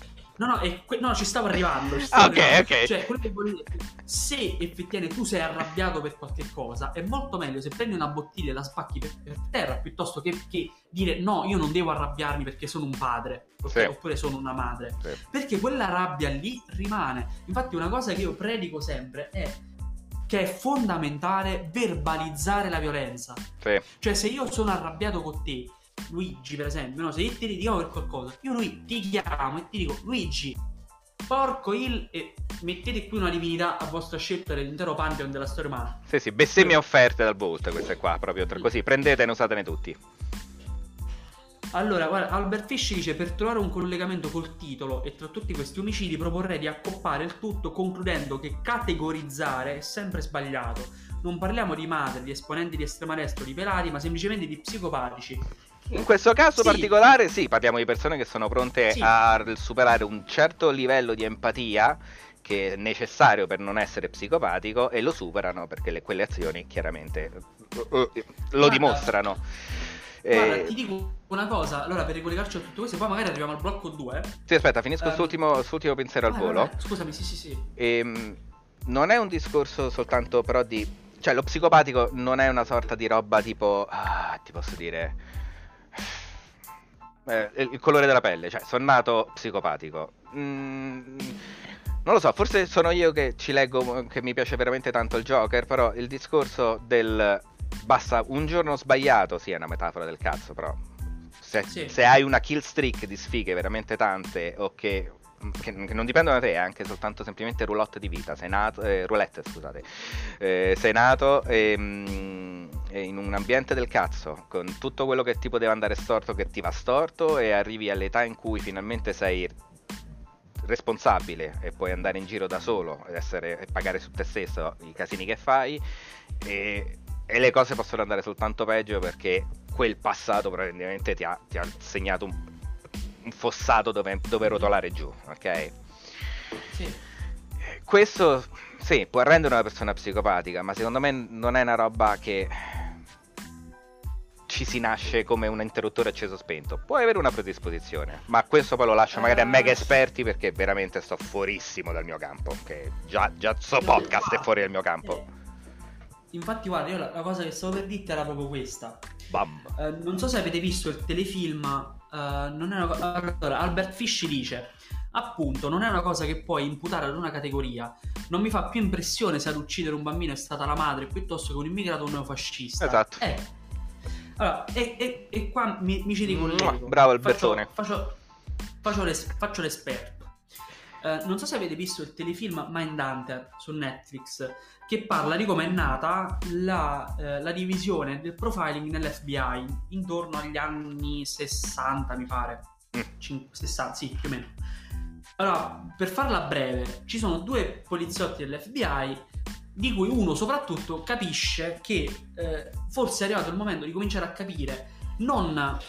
No, ci stavo arrivando. Ok. Cioè, quello che voglio dire, se effettivamente tu sei arrabbiato per qualche cosa, è molto meglio se prendi una bottiglia e la spacchi per terra, piuttosto che dire no, io non devo arrabbiarmi perché sono un padre, oppure sono una madre. Sì. Perché quella rabbia lì rimane. Infatti una cosa che io predico sempre è che è fondamentale verbalizzare la violenza. Sì. Cioè, se io sono arrabbiato con te, Luigi per esempio, no? Se io ti richiamo per qualcosa, io ti chiamo e ti dico Luigi, porco e mettete qui una divinità a vostra scelta dell'intero pantheon della storia umana. Sì, bestemmie offerte dal Vault, queste qua, proprio così, prendetene e usatene tutti. Allora, guarda, Albert Fish dice: per trovare un collegamento col titolo e tra tutti questi omicidi proporrei di accoppare il tutto concludendo che categorizzare è sempre sbagliato. Non parliamo di madri, di esponenti di estrema destra o di pelati, ma semplicemente di psicopatici. In questo caso particolare, sì, parliamo di persone che sono pronte a superare un certo livello di empatia che è necessario per non essere psicopatico, e lo superano perché quelle azioni chiaramente lo dimostrano. Guarda, ti dico una cosa, allora per ricollegarci a tutto questo, poi magari arriviamo al blocco 2. Sì, aspetta, finisco quest'ultimo pensiero al volo. Vai. Scusami, sì. Non è un discorso soltanto però di... Cioè, lo psicopatico non è una sorta di roba tipo... ti posso dire... il colore della pelle, cioè, sono nato psicopatico. Non lo so, forse sono io che ci leggo, che mi piace veramente tanto il Joker, però il discorso del... Basta un giorno sbagliato, sì, è una metafora del cazzo, però se hai una kill streak di sfighe veramente tante, o che non dipendono da te, anche soltanto semplicemente roulotte di vita, roulette, scusate, sei nato in un ambiente del cazzo, con tutto quello che ti poteva andare storto che ti va storto, e arrivi all'età in cui finalmente sei responsabile e puoi andare in giro da solo e pagare su te stesso i casini che fai, e le cose possono andare soltanto peggio perché quel passato probabilmente ti ha segnato un fossato dove rotolare giù, ok? Sì. Questo sì, può rendere una persona psicopatica, ma secondo me non è una roba che ci si nasce come un interruttore acceso spento. Puoi avere una predisposizione, ma questo poi lo lascio magari a mega esperti, perché veramente sto fuorissimo dal mio campo, che già sto podcast è fuori dal mio campo. Infatti guarda, io la cosa che stavo per dirti era proprio questa. Non so se avete visto il telefilm, non è allora, Albert Fish dice appunto, non è una cosa che puoi imputare ad una categoria. Non mi fa più impressione se ad uccidere un bambino è stata la madre piuttosto che un immigrato o un neofascista. Esatto. Allora, e qua mi ci ricollego. Bravo Albertone. Faccio l'esperto. Non so se avete visto il telefilm Mindhunter su Netflix, che parla di come è nata la divisione del profiling nell'FBI intorno agli anni 60, mi pare. 60, sì, più o meno. Allora, per farla breve, ci sono due poliziotti dell'FBI, di cui uno soprattutto capisce che forse è arrivato il momento di cominciare a capire non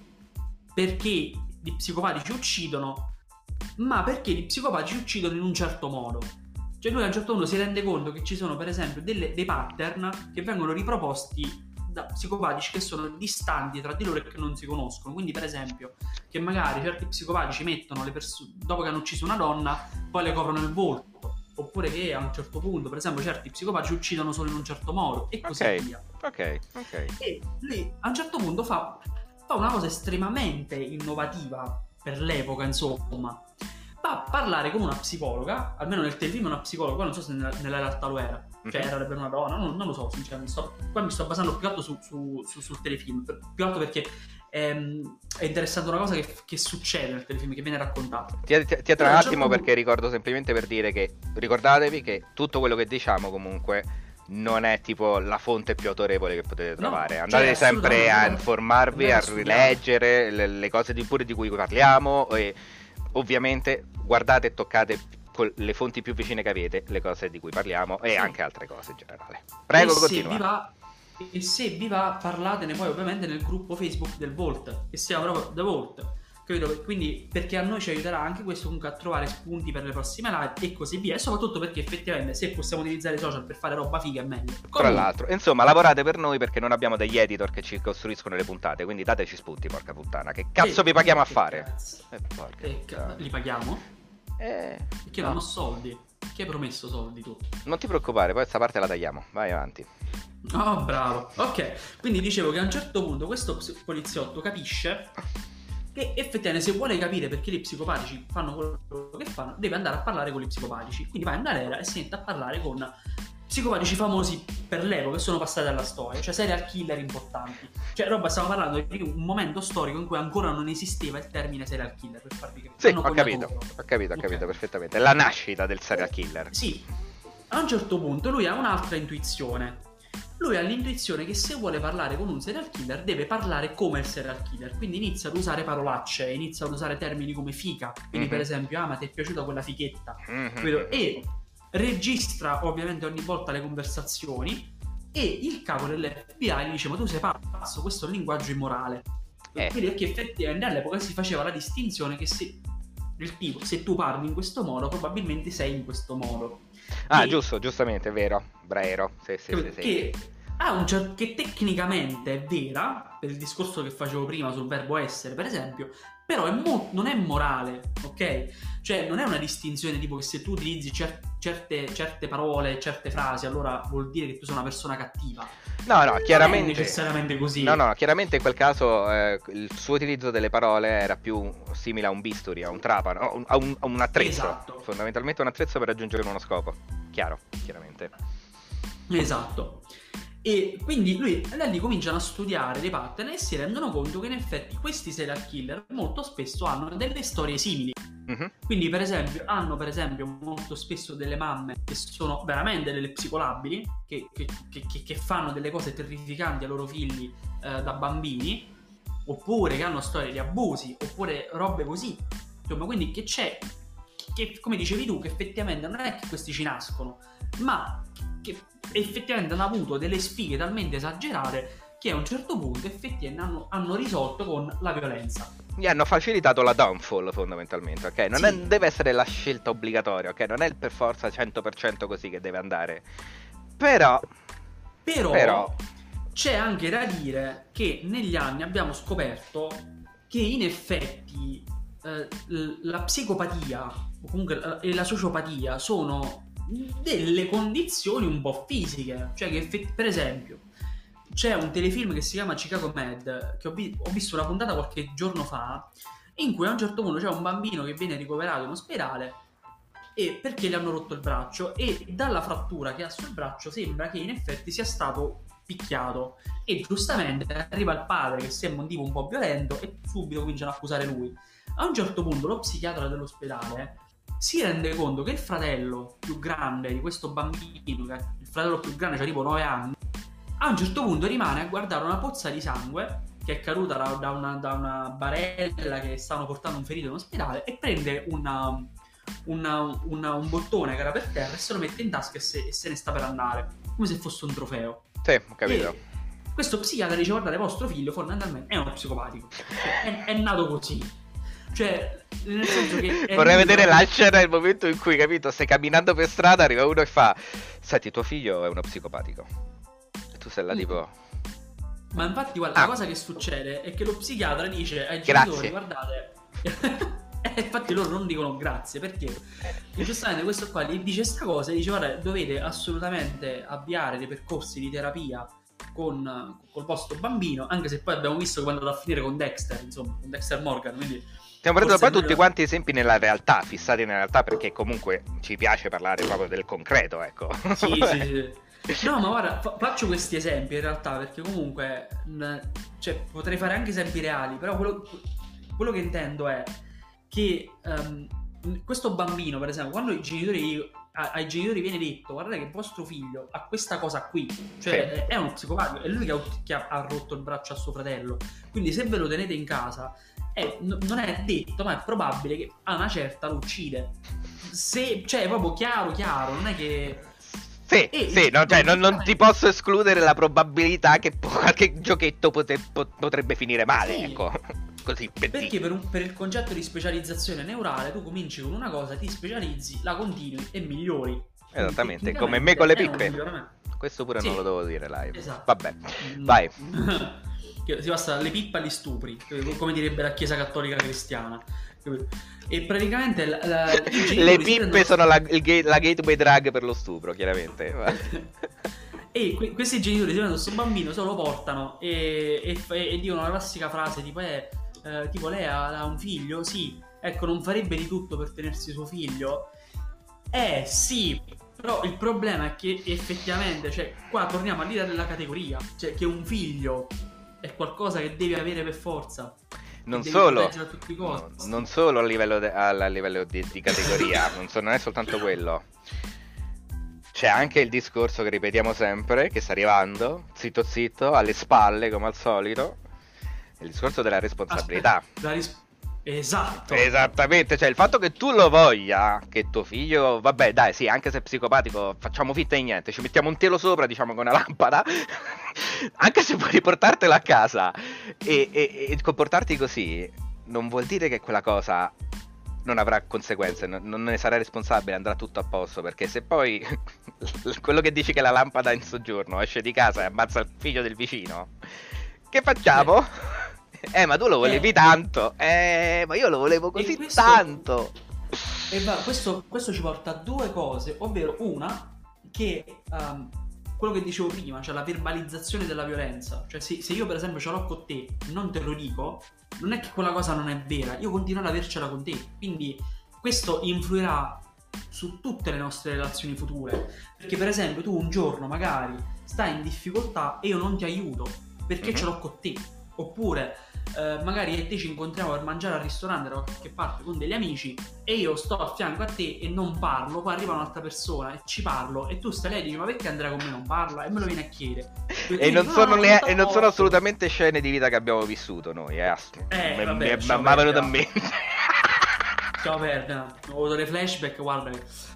perché gli psicopatici uccidono, ma perché gli psicopatici uccidono in un certo modo. Cioè lui a un certo punto si rende conto che ci sono per esempio dei pattern che vengono riproposti da psicopatici che sono distanti tra di loro e che non si conoscono. Quindi per esempio che magari certi psicopatici mettono le persone, dopo che hanno ucciso una donna, poi le coprono il volto, oppure che a un certo punto per esempio certi psicopatici uccidono solo in un certo modo, e così via. Ok. E lui a un certo punto fa una cosa estremamente innovativa per l'epoca, insomma. Va a parlare con una psicologa, almeno nel telefilm una psicologa, poi non so se nella realtà lo era, cioè era per una donna, non lo so sinceramente, qua mi sto basando più alto sul telefilm, più alto perché è interessante una cosa che succede nel telefilm, che viene raccontato. Ti attra un attimo perché ricordo semplicemente per dire che ricordatevi che tutto quello che diciamo comunque non è tipo la fonte più autorevole che potete trovare. No, andate sempre a informarvi, a rileggere le cose pure di cui parliamo, e ovviamente guardate e toccate con le fonti più vicine che avete le cose di cui parliamo, e anche altre cose in generale. Prego, continua. E se vi va, parlatene poi ovviamente nel gruppo Facebook del Vault, che si chiama proprio The Vault, capito? Quindi perché a noi ci aiuterà anche questo comunque a trovare spunti per le prossime live e così via, e soprattutto perché effettivamente se possiamo utilizzare i social per fare roba figa è meglio. Tra l'altro, insomma, lavorate per noi perché non abbiamo degli editor che ci costruiscono le puntate, quindi dateci spunti, porca puttana. Che cazzo vi paghiamo a fare? Li paghiamo? Perché non ho soldi. Chi hai promesso soldi tu? Non ti preoccupare, poi questa parte la tagliamo. Vai avanti. Oh, bravo. Ok, quindi dicevo che a un certo punto questo poliziotto capisce che effettivamente se vuole capire perché gli psicopatici fanno quello che fanno, deve andare a parlare con gli psicopatici. Quindi va in galera e si mette a parlare con psicopatici famosi per l'epoca che sono passati alla storia, cioè serial killer importanti. Cioè, roba, stiamo parlando di un momento storico in cui ancora non esisteva il termine serial killer, per farvi capire. Sì, ho capito perfettamente. La nascita del serial killer. Sì. A un certo punto lui ha un'altra intuizione. Lui ha l'intuizione che se vuole parlare con un serial killer deve parlare come il serial killer, quindi inizia ad usare parolacce, inizia ad usare termini come fica, quindi per esempio, ma ti è piaciuta quella fichetta, e registra ovviamente ogni volta le conversazioni, e il capo dell'FBI gli dice: ma tu sei pazzo, questo è un linguaggio immorale. Quindi perché effettivamente all'epoca si faceva la distinzione che se tu parli in questo modo probabilmente sei in questo modo. Giustamente, è vero, Braero, sì. Che tecnicamente è vera, per il discorso che facevo prima sul verbo essere, per esempio, però non è morale, ok? Cioè non è una distinzione tipo che se tu utilizzi certe parole, certe frasi, allora vuol dire che tu sei una persona cattiva. No, chiaramente non è necessariamente così. No, chiaramente in quel caso il suo utilizzo delle parole era più simile a un bisturi, a un trapano, a un attrezzo. Esatto. Fondamentalmente un attrezzo per raggiungere uno scopo. Chiaramente. Esatto. E quindi da lì cominciano a studiare dei pattern e si rendono conto che in effetti questi serial killer molto spesso hanno delle storie simili. Quindi hanno per esempio molto spesso delle mamme che sono veramente delle psicolabili, che fanno delle cose terrificanti ai loro figli da bambini, oppure che hanno storie di abusi, oppure robe così. Insomma, quindi che c'è, che come dicevi tu, che effettivamente non è che questi ci nascono, ma che effettivamente hanno avuto delle sfighe talmente esagerate che a un certo punto effettivamente hanno risolto con la violenza. Gli hanno facilitato la downfall fondamentalmente, ok? Non deve essere la scelta obbligatoria, ok? Non è per forza 100% così che deve andare. Però c'è anche da dire che negli anni abbiamo scoperto che in effetti la psicopatia o comunque e la sociopatia sono delle condizioni un po' fisiche, cioè che per esempio c'è un telefilm che si chiama Chicago Med, che ho visto una puntata qualche giorno fa, in cui a un certo punto c'è un bambino che viene ricoverato in ospedale e perché gli hanno rotto il braccio, e dalla frattura che ha sul braccio sembra che in effetti sia stato picchiato, e giustamente arriva il padre che sembra un tipo un po' violento e subito cominciano a accusare lui. A un certo punto lo psichiatra dell'ospedale si rende conto che il fratello più grande di questo bambino, il fratello più grande, cioè tipo 9 anni, a un certo punto rimane a guardare una pozza di sangue che è caduta da una barella che stavano portando un ferito in ospedale, e prende un bottone che era per terra e se lo mette in tasca e se ne sta per andare, come se fosse un trofeo. Sì, ho capito. E questo psichiatra dice: guardate, vostro figlio fondamentalmente è uno psicopatico, è nato così. Cioè, nel senso che vorrei vedere la scena nel momento in cui, capito, stai camminando per strada, arriva uno e fa: senti, tuo figlio è uno psicopatico. E tu sei là tipo... Ma infatti guarda, la cosa che succede è che lo psichiatra dice ai genitori: guardate... E infatti loro non dicono grazie, perché giustamente questo qua gli dice sta cosa e dice: guarda, dovete assolutamente avviare dei percorsi di terapia col vostro bambino, anche se poi abbiamo visto come è andato a finire con Dexter, insomma, con Dexter Morgan, quindi stiamo prendendo poi tutti quanti esempi nella realtà, fissati nella realtà, perché comunque ci piace parlare proprio del concreto, ecco. Sì. No, ma guarda, faccio questi esempi in realtà perché comunque cioè, potrei fare anche esempi reali, però quello che intendo è che questo bambino, per esempio, quando ai genitori viene detto: guardate che vostro figlio ha questa cosa qui, cioè è uno psicopatico, è lui che ha rotto il braccio a suo fratello, quindi se ve lo tenete in casa non è detto, ma è probabile che a una certa lo uccide. Cioè è proprio chiaro, non è che... non ti posso escludere la probabilità che qualche giochetto potrebbe finire male, ecco. Così, perché per il concetto di specializzazione neurale tu cominci con una cosa, ti specializzi, la continui e migliori. Esattamente, come me con le pippe. Questo pure non lo devo dire live. Esatto. Vabbè, vai. Si passa dalle pippe agli stupri, come direbbe la Chiesa Cattolica Cristiana. E praticamente le pippe sono la gateway drug per lo stupro, chiaramente. E questi genitori si prendono questo bambino, se lo portano e dicono la classica frase tipo tipo lei ha un figlio? Sì. Ecco, non farebbe di tutto per tenersi suo figlio? Sì. Però il problema è che effettivamente, cioè, qua torniamo all'idea della categoria, cioè che un figlio è qualcosa che devi avere per forza, che Non devi solo, proteggere a tutti i costi. non solo a livello, a livello di categoria, non è soltanto quello. C'è anche il discorso che ripetiamo sempre, che sta arrivando, zitto zitto, alle spalle come al solito, il discorso della responsabilità. Aspetta, esatto. Esattamente, cioè il fatto che tu lo voglia, che tuo figlio, vabbè dai sì, anche se è psicopatico, facciamo finta di niente, ci mettiamo un telo sopra, diciamo con una lampada, anche se puoi riportartelo a casa e comportarti così, non vuol dire che quella cosa non avrà conseguenze, non ne sarà responsabile, andrà tutto a posto, perché se poi quello che dici che la lampada è in soggiorno esce di casa e ammazza il figlio del vicino, che facciamo? Ma tu lo volevi tanto. Ma io lo volevo così tanto. E questo ci porta a due cose, ovvero una, che quello che dicevo prima, cioè la verbalizzazione della violenza. Cioè se io per esempio ce l'ho con te, non te lo dico, non è che quella cosa non è vera, io continuo ad avercela con te. Quindi questo influirà su tutte le nostre relazioni future. Perché per esempio tu un giorno magari stai in difficoltà e io non ti aiuto perché ce l'ho con te. Oppure magari io e te ci incontriamo per mangiare al ristorante da qualche parte con degli amici e io sto a fianco a te e non parlo, poi arriva un'altra persona e ci parlo e tu stai lì e dici ma perché Andrea con me non parla? E me lo viene a chiedere. E non sono assolutamente scene di vita che abbiamo vissuto noi, vabbè, mi è venuto in mente. Ciao Verna, ho avuto dei flashback, guarda.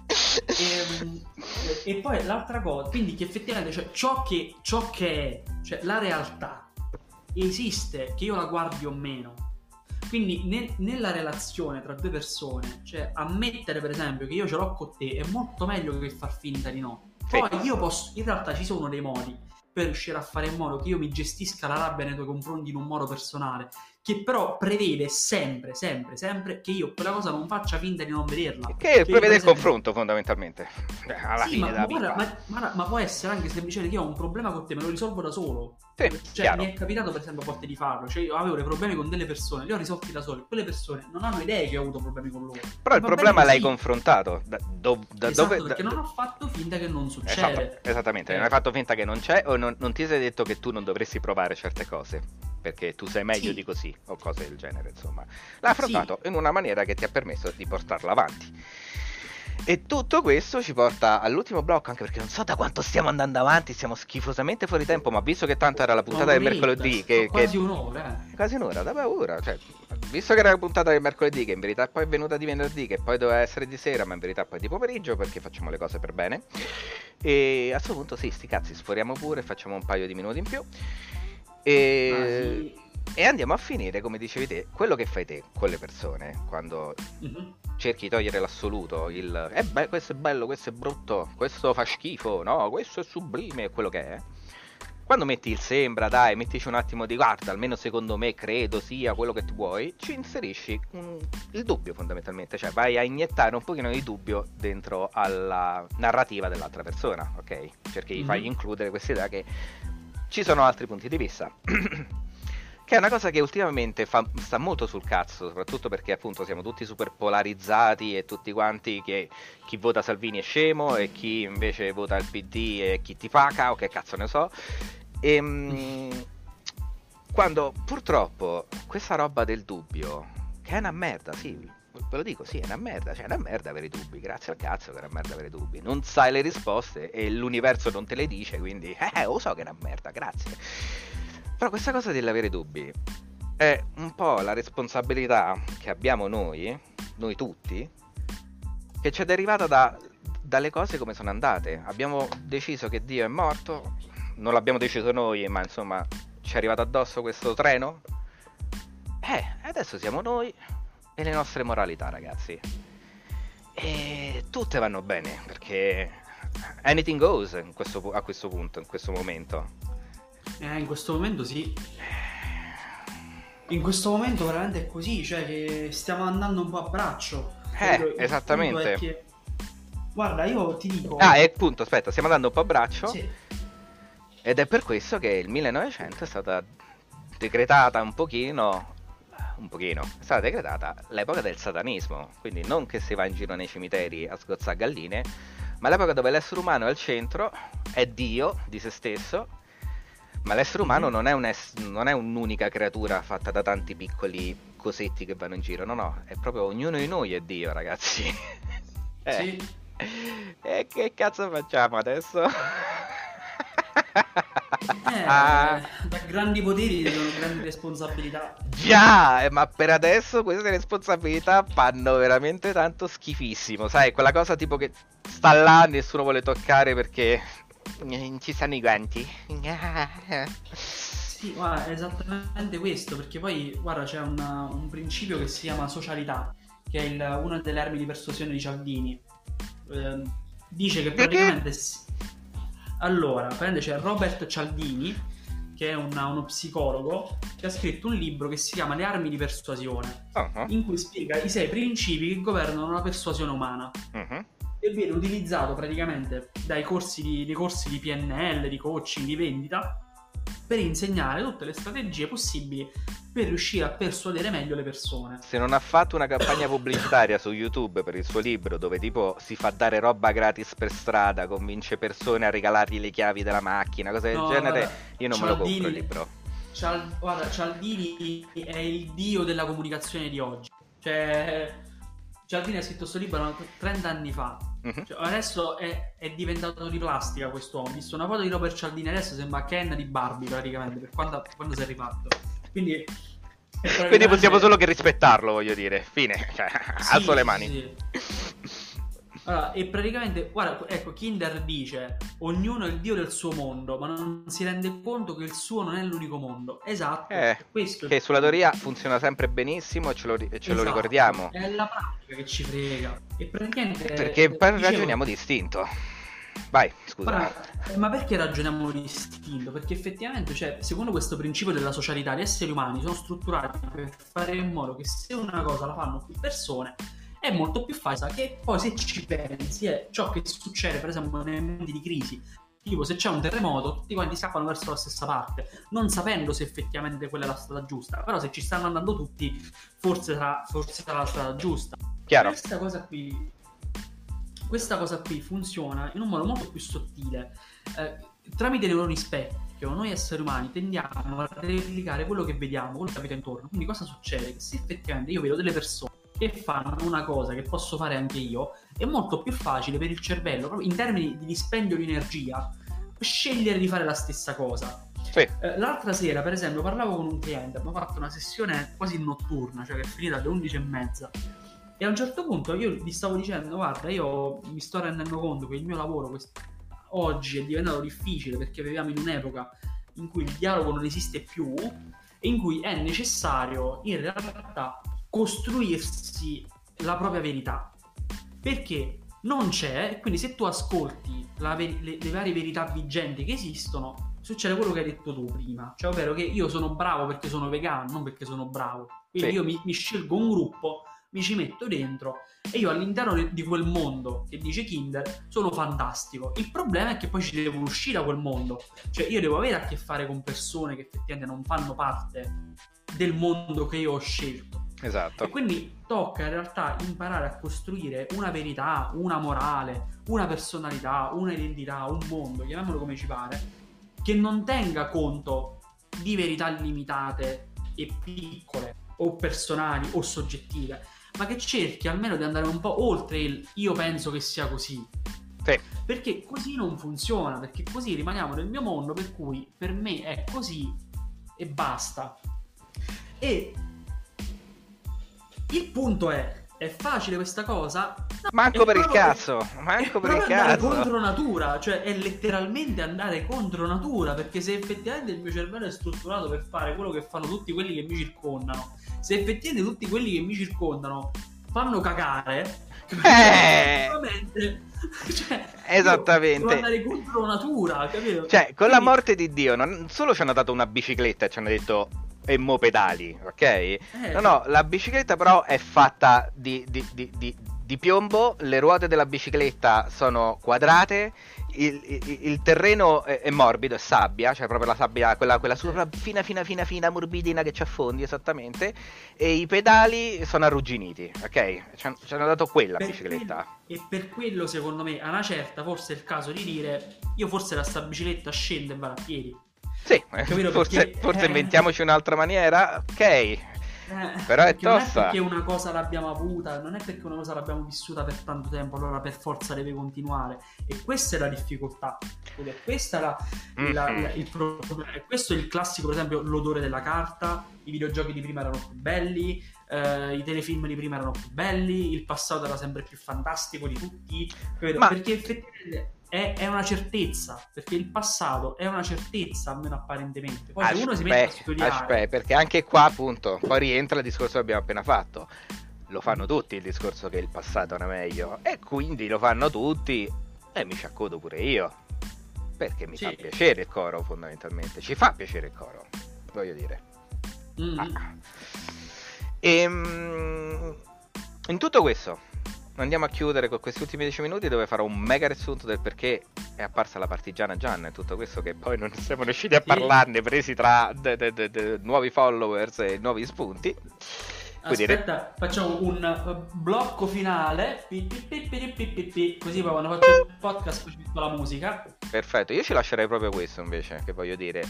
E poi l'altra cosa, quindi che effettivamente cioè, ciò che è, cioè la realtà esiste, che io la guardi o meno. Quindi nella relazione tra due persone, cioè ammettere per esempio che io ce l'ho con te è molto meglio che far finta di no. Poi io posso, in realtà ci sono dei modi per riuscire a fare in modo che io mi gestisca la rabbia nei tuoi confronti in un modo personale, che però prevede sempre che io quella cosa non faccia finta di non vederla. Che prevede il confronto fondamentalmente. Alla sì, fine della vita. Ma può essere anche semplicemente che io ho un problema con te, me lo risolvo da solo. Sì, cioè chiaro. mi è capitato per esempio a volte di farlo, cioè io avevo dei problemi con delle persone, li ho risolti da solo, quelle persone non hanno idea che ho avuto problemi con loro. Però il problema l'hai confrontato perché non ho fatto finta che non succede. Esattamente, non hai fatto finta che non c'è o non ti sei detto che tu non dovresti provare certe cose perché tu sei meglio di così o cose del genere, insomma. L'hai affrontato in una maniera che ti ha permesso di portarla avanti. E tutto questo ci porta all'ultimo blocco, anche perché non so da quanto stiamo andando avanti, siamo schifosamente fuori tempo, ma visto che tanto era la puntata del mercoledì quasi un'ora, quasi un'ora, davvero ora, cioè, visto che era la puntata del mercoledì, che in verità poi è venuta di venerdì, che poi doveva essere di sera, ma in verità poi di pomeriggio, perché facciamo le cose per bene, e a questo punto sì, sti cazzi, sforiamo pure, facciamo un paio di minuti in più e andiamo a finire, come dicevi te, quello che fai te con le persone quando cerchi di togliere l'assoluto, questo è bello, questo è brutto, questo fa schifo, no, questo è sublime, quello che è. Quando metti il sembra, dai, mettici un attimo di guarda, almeno secondo me credo sia quello che tu vuoi, ci inserisci il dubbio fondamentalmente, cioè vai a iniettare un pochino di dubbio dentro alla narrativa dell'altra persona, ok? Perché gli fai includere questa idea che ci sono altri punti di vista. Che è una cosa che ultimamente sta molto sul cazzo, soprattutto perché appunto siamo tutti super polarizzati e tutti quanti che chi vota Salvini è scemo e chi invece vota il PD è chi ti paca o che cazzo ne so. Quando purtroppo questa roba del dubbio, che è una merda, sì, ve lo dico, sì, è una merda, cioè è una merda avere dubbi, grazie al cazzo che è una merda avere dubbi, non sai le risposte e l'universo non te le dice, quindi lo so che è una merda, grazie. Però questa cosa dell'avere dubbi è un po' la responsabilità che abbiamo noi tutti, che ci è derivata dalle cose come sono andate. Abbiamo deciso che Dio è morto, non l'abbiamo deciso noi, ma insomma ci è arrivato addosso questo treno. Adesso siamo noi e le nostre moralità, ragazzi. E tutte vanno bene, perché anything goes a questo punto, in questo momento. In questo momento sì. In questo momento veramente è così, cioè che stiamo andando un po' a braccio. Esattamente. Che... Guarda, io ti dico... appunto, aspetta, stiamo andando un po' a braccio. Sì. Ed è per questo che il 1900 è stata decretata un pochino, è stata decretata l'epoca del satanismo. Quindi non che si va in giro nei cimiteri a sgozzare galline, ma l'epoca dove l'essere umano è al centro, è Dio di se stesso, ma l'essere umano non è un'unica creatura fatta da tanti piccoli cosetti che vanno in giro, no, è proprio ognuno di noi è Dio, ragazzi. Sì. E che cazzo facciamo adesso? Da grandi poteri sono grandi responsabilità. Già, ma per adesso queste responsabilità fanno veramente tanto schifissimo, sai, quella cosa tipo che sta là, nessuno vuole toccare perché ci stanno i guanti. Sì, guarda, è esattamente questo, perché poi, guarda, c'è un principio che si chiama socialità, che è una delle armi di persuasione di Cialdini. Dice che praticamente... Allora, c'è Robert Cialdini, che è uno psicologo, che ha scritto un libro che si chiama Le armi di persuasione, in cui spiega i 6 principi che governano la persuasione umana. E viene utilizzato praticamente dai corsi di PNL, di coaching, di vendita, per insegnare tutte le strategie possibili per riuscire a persuadere meglio le persone. Se non ha fatto una campagna pubblicitaria su YouTube per il suo libro, dove tipo si fa dare roba gratis per strada, convince persone a regalargli le chiavi della macchina, cose del genere, guarda, io non me lo compro il libro. Guarda, Cialdini è il dio della comunicazione di oggi. Cioè, Cialdini ha scritto questo libro 30 anni fa. Cioè, adesso è diventato di plastica quest'uomo. Ho visto una foto di Robert Cialdini, adesso sembra Ken di Barbie praticamente, per quando si è rifatto. Quindi possiamo solo che rispettarlo, voglio dire. Fine, cioè, sì, alzo le mani. Sì. Allora, e praticamente, guarda, ecco, Kinder dice: ognuno è il dio del suo mondo, ma non si rende conto che il suo non è l'unico mondo. Esatto. Questo che sulla teoria funziona sempre benissimo e ce lo ricordiamo. È la pratica che ci frega. E praticamente perché poi ragioniamo distinto. Vai, scusa. Guarda, ma perché ragioniamo distinto? Perché effettivamente, cioè, secondo questo principio della socialità, gli esseri umani sono strutturati per fare in modo che se una cosa la fanno più persone è molto più facile, che poi se ci pensi è ciò che succede per esempio nei momenti di crisi. Tipo, se c'è un terremoto, tutti quanti scappano verso la stessa parte, non sapendo se effettivamente quella è la strada giusta. Però se ci stanno andando tutti, forse sarà la strada giusta. Chiaro. Questa cosa qui funziona in un modo molto più sottile. Tramite neuroni specchio, noi esseri umani tendiamo a replicare quello che vediamo, quello che capita intorno. Quindi cosa succede? Che se effettivamente io vedo delle persone che fanno una cosa che posso fare anche io, è molto più facile per il cervello, proprio in termini di dispendio di energia, scegliere di fare la stessa cosa. Sì. L'altra sera, per esempio, parlavo con un cliente, abbiamo fatto una sessione quasi notturna, cioè che è finita alle 11:30, e a un certo punto io gli stavo dicendo: guarda, io mi sto rendendo conto che il mio lavoro oggi è diventato difficile perché viviamo in un'epoca in cui il dialogo non esiste più e in cui è necessario in realtà costruirsi la propria verità, perché non c'è, e quindi se tu ascolti le varie verità vigenti che esistono, succede quello che hai detto tu prima, cioè ovvero che io sono bravo perché sono vegano, non perché sono bravo. Quindi sì, io mi scelgo un gruppo, mi ci metto dentro e io all'interno di quel mondo che dice Kinder sono fantastico. Il problema è che poi ci devo uscire da quel mondo, cioè io devo avere a che fare con persone che effettivamente non fanno parte del mondo che io ho scelto. Esatto. E quindi tocca in realtà imparare a costruire una verità, una morale, una personalità, una identità, un mondo, chiamiamolo come ci pare, che non tenga conto di verità limitate e piccole o personali o soggettive, ma che cerchi almeno di andare un po' oltre il io penso che sia così. Sì. Perché così non funziona, perché così rimaniamo nel mio mondo, per cui per me è così e basta. E il punto è facile questa cosa? No, manco per il cazzo, manco per il cazzo. È andare contro natura, cioè è letteralmente andare contro natura, perché se effettivamente il mio cervello è strutturato per fare quello che fanno tutti quelli che mi circondano, se effettivamente tutti quelli che mi circondano fanno cagare, cioè, esattamente, devo andare contro natura, capito? Cioè, con la morte di Dio non solo ci hanno dato una bicicletta e ci hanno detto e mo pedali, ok? No, la bicicletta però è fatta di di piombo, le ruote della bicicletta sono quadrate, il terreno è morbido, è sabbia, cioè proprio la sabbia, quella sopra fina, morbidina che ci affondi esattamente, e i pedali sono arrugginiti, ok? Ci hanno dato quella bicicletta. E per quello, secondo me, a una certa, forse è il caso di dire, io forse sta bicicletta scende e va a piedi. Sì, forse inventiamoci un'altra maniera, ok. Però è tosta. Non è perché una cosa l'abbiamo avuta, non è perché una cosa l'abbiamo vissuta per tanto tempo, allora per forza deve continuare. E questa è la difficoltà. Questa è il problema. Questo è il classico, per esempio, l'odore della carta. I videogiochi di prima erano più belli, i telefilm di prima erano più belli, il passato era sempre più fantastico di tutti. Perché effettivamente è una certezza, perché il passato è una certezza, almeno apparentemente. Poi se uno si mette a studiare, perché anche qua appunto poi rientra il discorso che abbiamo appena fatto. Lo fanno tutti il discorso che il passato era meglio, e quindi lo fanno tutti e mi ci accodo pure io, perché mi fa piacere il coro, fondamentalmente ci fa piacere il coro, voglio dire. In tutto questo andiamo a chiudere con questi ultimi 10 minuti, dove farò un mega riassunto del perché è apparsa la Partigiana Gianna e tutto questo, che poi non siamo riusciti a parlarne, presi tra nuovi followers e nuovi spunti. Aspetta, facciamo un blocco finale, così poi quando faccio il podcast poi ci metto la musica. Perfetto, io ci lascerei proprio questo invece, che voglio dire.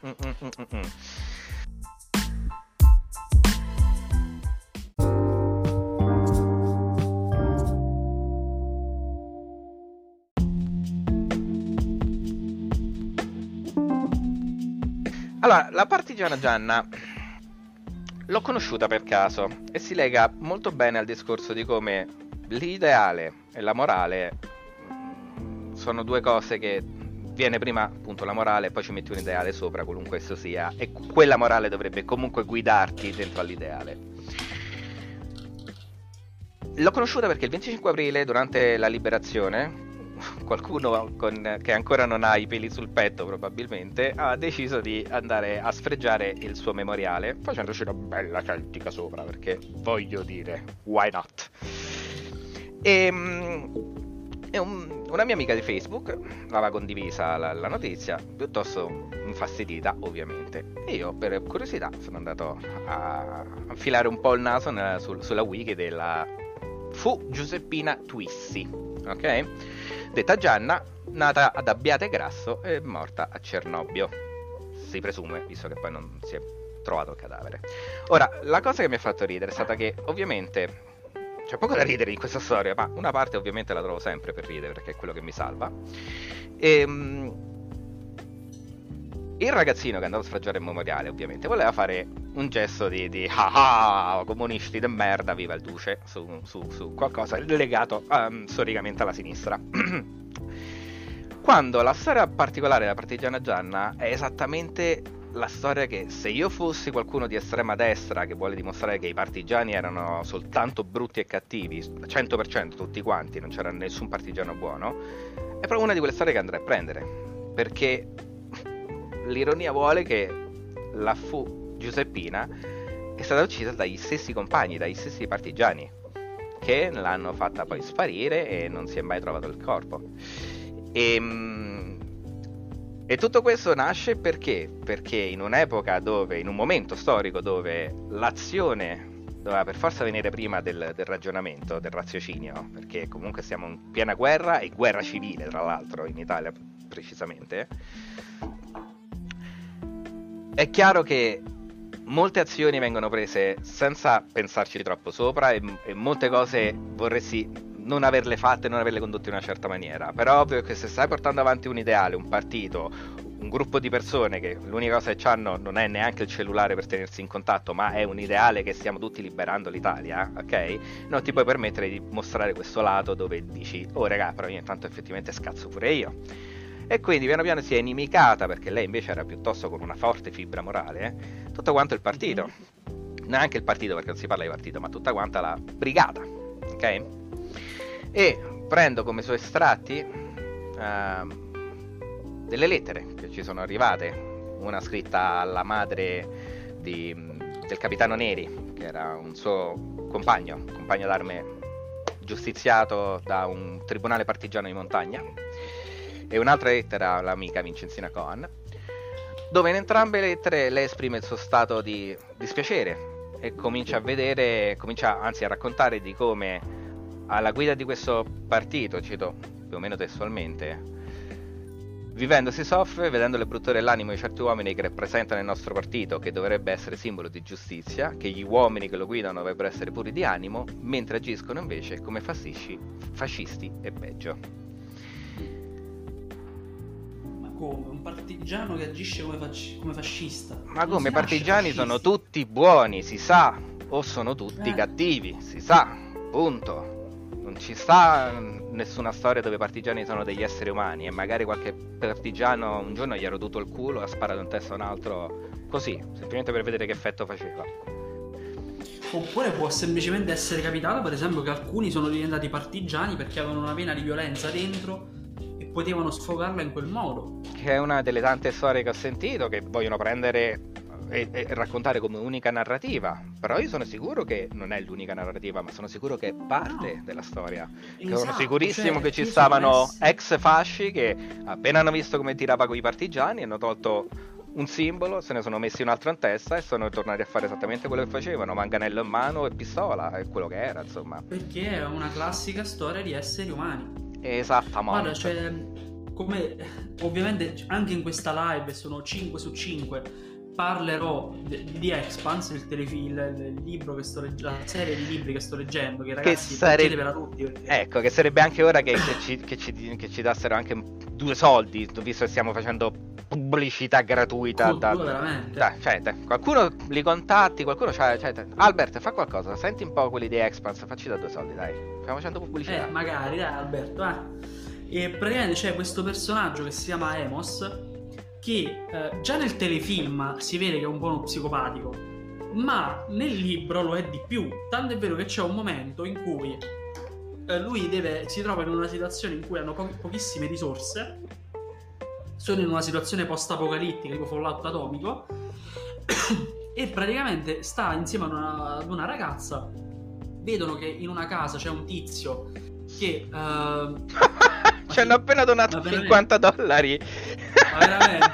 Allora, la Partigiana Gianna l'ho conosciuta per caso e si lega molto bene al discorso di come l'ideale e la morale sono due cose che viene prima appunto la morale, poi ci metti un ideale sopra, qualunque esso sia, e quella morale dovrebbe comunque guidarti dentro all'ideale. L'ho conosciuta perché il 25 aprile, durante la liberazione, qualcuno che ancora non ha i peli sul petto probabilmente ha deciso di andare a sfregiare il suo memoriale facendoci una bella celtica sopra, perché voglio dire, why not? E una mia amica di Facebook aveva condivisa la notizia, piuttosto infastidita ovviamente, e io per curiosità sono andato a infilare un po' il naso sulla wiki della Fu Giuseppina Twissi, ok? Detta Gianna, nata ad Abbiate Grasso e morta a Cernobbio, si presume, visto che poi non si è trovato il cadavere. Ora, la cosa che mi ha fatto ridere è stata che ovviamente c'è poco da ridere in questa storia, ma una parte ovviamente la trovo sempre per ridere, perché è quello che mi salva. Il ragazzino che è andato a sfregiare il memoriale ovviamente voleva fare un gesto di comunisti de merda, viva il duce, su qualcosa legato storicamente alla sinistra. Quando la storia particolare della Partigiana Gianna è esattamente la storia che, se io fossi qualcuno di estrema destra che vuole dimostrare che i partigiani erano soltanto brutti e cattivi, 100% tutti quanti, non c'era nessun partigiano buono, è proprio una di quelle storie che andrei a prendere, perché l'ironia vuole che la Fu Giuseppina è stata uccisa dagli stessi compagni, dagli stessi partigiani, che l'hanno fatta poi sparire e non si è mai trovato il corpo. E tutto questo nasce perché in un'epoca dove, in un momento storico dove l'azione doveva per forza venire prima del ragionamento, del raziocinio, perché comunque siamo in piena guerra, e guerra civile tra l'altro in Italia precisamente, è chiaro che molte azioni vengono prese senza pensarci troppo sopra, e molte cose vorresti non averle fatte, non averle condotte in una certa maniera. Però ovvio che se stai portando avanti un ideale, un partito, un gruppo di persone che l'unica cosa che hanno non è neanche il cellulare per tenersi in contatto, ma è un ideale che stiamo tutti liberando l'Italia, ok? Non ti puoi permettere di mostrare questo lato dove dici, oh raga, però io intanto effettivamente scazzo pure io. E quindi piano piano si è inimicata, perché lei invece era piuttosto con una forte fibra morale, tutto quanto il partito, neanche il partito perché non si parla di partito, ma tutta quanta la brigata, ok? E prendo come suoi estratti delle lettere che ci sono arrivate, una scritta alla madre del capitano Neri, che era un suo compagno d'arme giustiziato da un tribunale partigiano di montagna, e un'altra lettera all'amica Vincenzina Cohen, dove in entrambe le lettere lei esprime il suo stato di dispiacere e comincia anzi a raccontare di come alla guida di questo partito, cito più o meno testualmente: vivendo si soffre, vedendo le brutture dell'animo di certi uomini che rappresentano il nostro partito, che dovrebbe essere simbolo di giustizia, che gli uomini che lo guidano dovrebbero essere puri di animo, mentre agiscono invece come fascisti e peggio. Come? Un partigiano che agisce come fascista? Ma come? I partigiani sono tutti buoni, si sa, o sono tutti cattivi, si sa, punto. Non ci sta nessuna storia dove i partigiani sono degli esseri umani, e magari qualche partigiano un giorno gli ha roduto il culo e ha sparato in testa a un altro così, semplicemente per vedere che effetto faceva. Oppure può semplicemente essere capitato, per esempio, che alcuni sono diventati partigiani perché avevano una vena di violenza dentro e potevano sfogarla in quel modo. Che è una delle tante storie che ho sentito, che vogliono prendere e raccontare come unica narrativa, però io sono sicuro che non è l'unica narrativa, ma sono sicuro che è parte della storia. Esatto, sono sicurissimo che ci stavano ex fasci che appena hanno visto come tirava con i partigiani hanno tolto un simbolo, se ne sono messi un altro in testa e sono tornati a fare esattamente quello che facevano, manganello in mano e pistola, è quello che era, insomma. Perché è una classica storia di esseri umani. Esattamente. Guarda, cioè, come ovviamente anche in questa live sono 5 su 5 parlerò di The Expanse, il libro che sto leggendo, la serie di libri che sto leggendo, che ragazzi leggete per tutti, perché... Ecco, che sarebbe anche ora che ci dassero anche 2 soldi, visto che stiamo facendo pubblicità gratuita. Veramente? Dai, qualcuno li contatti, qualcuno Albert, fa qualcosa, senti un po' quelli di Expanse, facci da 2 soldi, dai, stiamo facendo pubblicità. Magari, dai Alberto, E praticamente c'è questo personaggio che si chiama Amos, che già nel telefilm si vede che è un po' uno psicopatico, ma nel libro lo è di più. Tanto è vero che c'è un momento in cui lui si trova in una situazione in cui hanno pochissime risorse, sono in una situazione post-apocalittica, tipo Fallout atomico, e praticamente sta insieme ad una ragazza. Vedono che in una casa c'è un tizio che ci hanno appena donato $50. Ma veramente?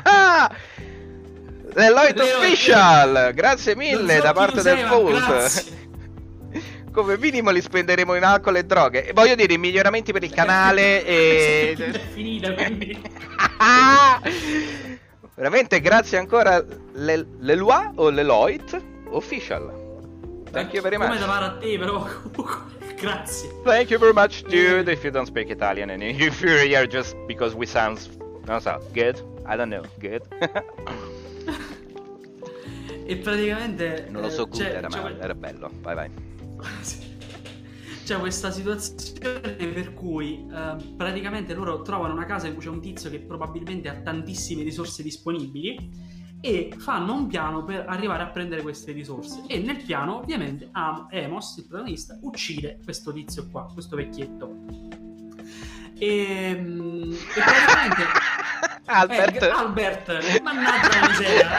Deloitte Official, grazie mille da parte del Vault. Come minimo li spenderemo in alcol e droghe. E voglio dire, i miglioramenti per il canale e... è finita, quindi... Veramente grazie ancora Lelois o Deloitte Official. Thank you very much. Come davare a te, però grazie. Thank you very much, dude, if you don't speak Italian and if you're here just because we sound, non so, good? I don't know, good? E praticamente... Non lo so, good, era bello, vai. C'è questa situazione per cui praticamente loro trovano una casa in cui c'è un tizio che probabilmente ha tantissime risorse disponibili e fanno un piano per arrivare a prendere queste risorse, e nel piano ovviamente Amos, il protagonista, uccide questo tizio qua, questo vecchietto, e praticamente Albert, mannaggia la miseria.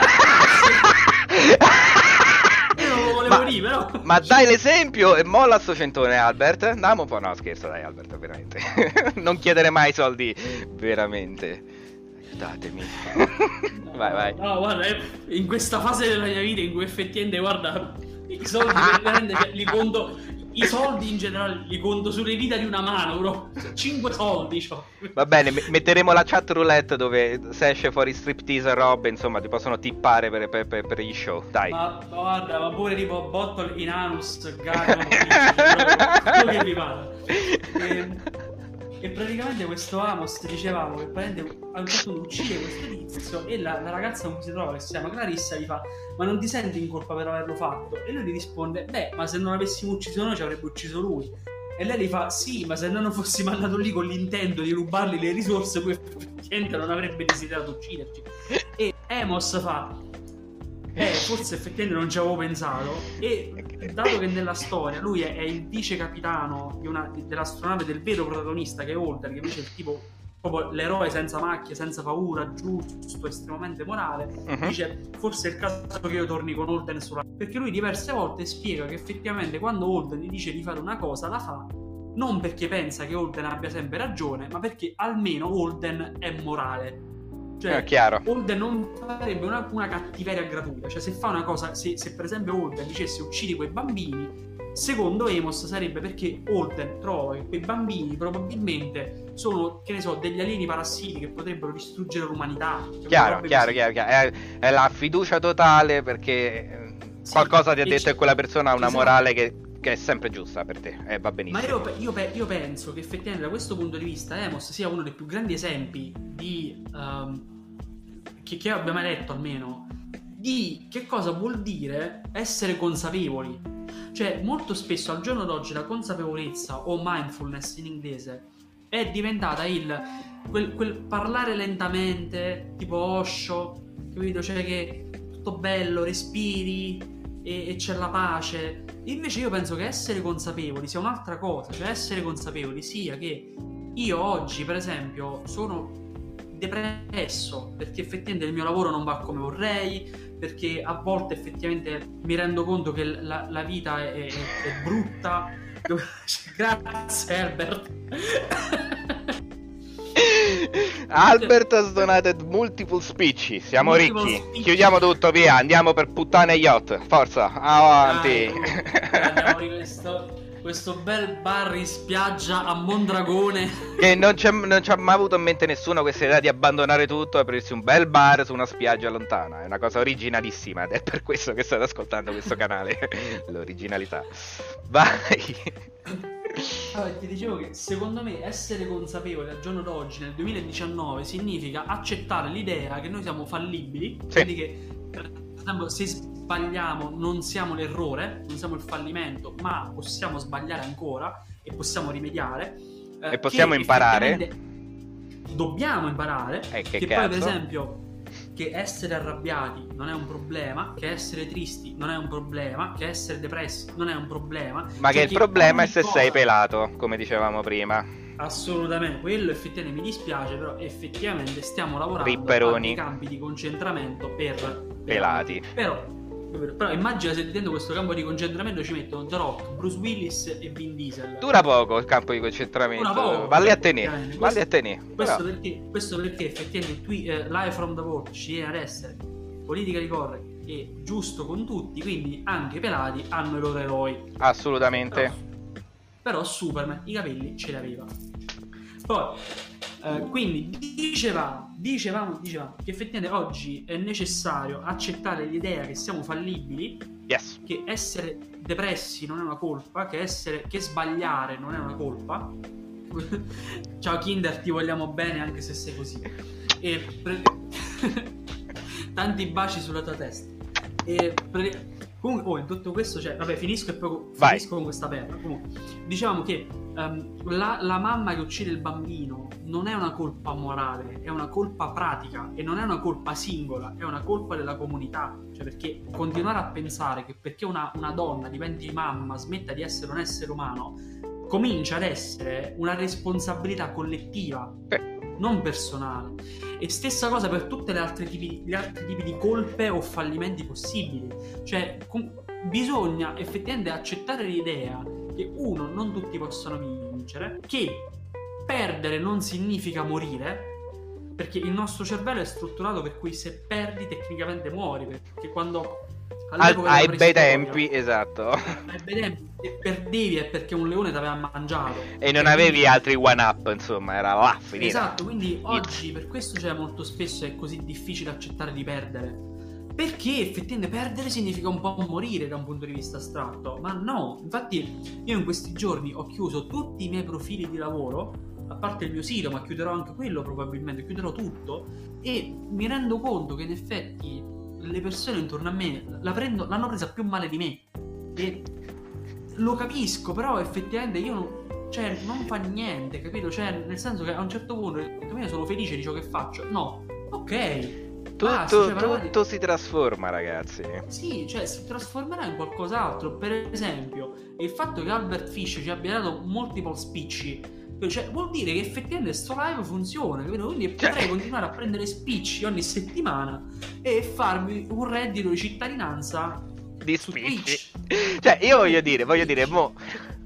Io non lo volevo dire, però. Ma dai l'esempio e molla sto centone, Albert. Andiamo un po', no scherzo, dai Albert, veramente. Non chiedere mai soldi, veramente. Aiutatemi. Vai. No, guarda, in questa fase della mia vita in cui effettivamente, guarda, i soldi li conto, i soldi in generale li conto sulle dita di una mano, bro. 5 soldi c'ho. Va bene, metteremo la chat roulette dove se esce fuori striptease e robe, insomma, ti possono tippare per gli show, dai. Ma guarda, ma pure tipo bottle in anus, quello che mi pare. E praticamente questo Amos, dicevamo, che praticamente a un certo punto uccide questo tizio, e la ragazza con cui si trova, che si chiama Clarissa, gli fa: ma non ti senti in colpa per averlo fatto? E lui gli risponde: beh, ma se non avessimo ucciso noi ci avrebbe ucciso lui. E lei gli fa: sì, ma se noi non fossimo andato lì con l'intento di rubargli le risorse, lui effettivamente non avrebbe desiderato ucciderci. E Amos fa: forse effettivamente non ci avevo pensato. E dato che nella storia lui è il vice capitano dell'astronave del vero protagonista, che è Holden, che invece è il tipo proprio l'eroe senza macchie, senza paura, giusto, estremamente morale, dice: forse è il caso che io torni con Holden sulla... Perché lui diverse volte spiega che effettivamente quando Holden gli dice di fare una cosa la fa, non perché pensa che Holden abbia sempre ragione, ma perché almeno Holden è morale. Cioè, chiaro. Holden non farebbe una cattiveria gratuita. Cioè, se fa una cosa, se per esempio Holden dicesse uccidi quei bambini, secondo Amos sarebbe perché Holden trova che quei bambini probabilmente sono, che ne so, degli alieni parassiti che potrebbero distruggere l'umanità. Chiaro. È la fiducia totale perché qualcosa ti ha detto e quella persona ha una morale che è sempre giusta per te, va benissimo. Ma io penso che effettivamente da questo punto di vista Amos sia uno dei più grandi esempi di che abbia mai letto, almeno, di che cosa vuol dire essere consapevoli. Cioè, molto spesso al giorno d'oggi la consapevolezza, o mindfulness in inglese, è diventata quel parlare lentamente, tipo Osho, capito? Cioè che tutto bello, respiri e c'è la pace. Invece io penso che essere consapevoli sia un'altra cosa. Cioè essere consapevoli sia che io oggi, per esempio, sono depresso perché effettivamente il mio lavoro non va come vorrei, perché a volte effettivamente mi rendo conto che la vita è brutta. Grazie Herbert. Albert has donated multiple spicci. Siamo ricchi. Chiudiamo tutto, via. Andiamo per puttane yacht. Forza, avanti. Andiamo questo bel bar in spiaggia a Mondragone. Che non ci ha mai avuto in mente nessuno questa idea di abbandonare tutto e aprirsi un bel bar su una spiaggia lontana. È una cosa originalissima ed è per questo che state ascoltando questo canale. L'originalità. Vai. Allora, ti dicevo che secondo me essere consapevoli al giorno d'oggi, nel 2019, significa accettare l'idea che noi siamo fallibili, quindi che per esempio se sbagliamo non siamo l'errore, non siamo il fallimento, ma possiamo sbagliare ancora e possiamo rimediare e possiamo imparare, dobbiamo imparare, che cazzo? Poi per esempio che essere arrabbiati non è un problema, che essere tristi non è un problema, che essere depressi non è un problema, ma che il problema è se sei pelato, come dicevamo prima. Assolutamente, quello effettivamente mi dispiace, però effettivamente stiamo lavorando Ripperoni. a dei campi di concentramento per pelati. Però immagina se dentro questo campo di concentramento ci mettono The Rock, Bruce Willis e Vin Diesel. Dura poco il campo di concentramento. Valli a tenere. Questo perché effettivamente Live from the Vault ci viene ad essere politica correct e giusto con tutti, quindi anche i pelati hanno i loro eroi. Assolutamente. Però Superman i capelli ce li aveva. Poi quindi dicevamo che effettivamente oggi è necessario accettare l'idea che siamo fallibili, yes. Che essere depressi non è una colpa, che sbagliare non è una colpa. Ciao Kinder, ti vogliamo bene anche se sei così. Tanti baci sulla tua testa. Comunque, in tutto questo, finisco e poi finisco con questa perla. Comunque, diciamo che la mamma che uccide il bambino non è una colpa morale, è una colpa pratica e non è una colpa singola, è una colpa della comunità. Cioè, perché continuare a pensare che perché una donna diventi mamma smetta di essere un essere umano comincia ad essere una responsabilità collettiva, non personale. E stessa cosa per tutte gli altri tipi di colpe o fallimenti possibili. Cioè bisogna effettivamente accettare l'idea che non tutti possono vincere, che perdere non significa morire, perché il nostro cervello è strutturato per cui se perdi tecnicamente muori, perché quando ai bei tempi, esatto, ai bei tempi, se perdevi è perché un leone ti aveva mangiato e non avevi altri one up, insomma, era là finita. Esatto, quindi oggi per questo molto spesso è così difficile accettare di perdere, perché effettivamente perdere significa un po' morire da un punto di vista astratto, ma no. Infatti io in questi giorni ho chiuso tutti i miei profili di lavoro, a parte il mio sito, ma chiuderò anche quello, probabilmente chiuderò tutto, e mi rendo conto che in effetti le persone intorno a me l'hanno presa più male di me, e lo capisco, però effettivamente io non fa niente, capito? Cioè, nel senso che a un certo punto io sono felice di ciò che faccio. No, ok, tutto si trasforma, ragazzi. Sì, cioè si trasformerà in qualcos'altro. Per esempio, il fatto che Albert Fish ci abbia dato multiple spicci, cioè vuol dire che effettivamente sto live funziona, capito? Quindi potrei continuare a prendere spicci ogni settimana e farmi un reddito di cittadinanza di spicci. Cioè io voglio dire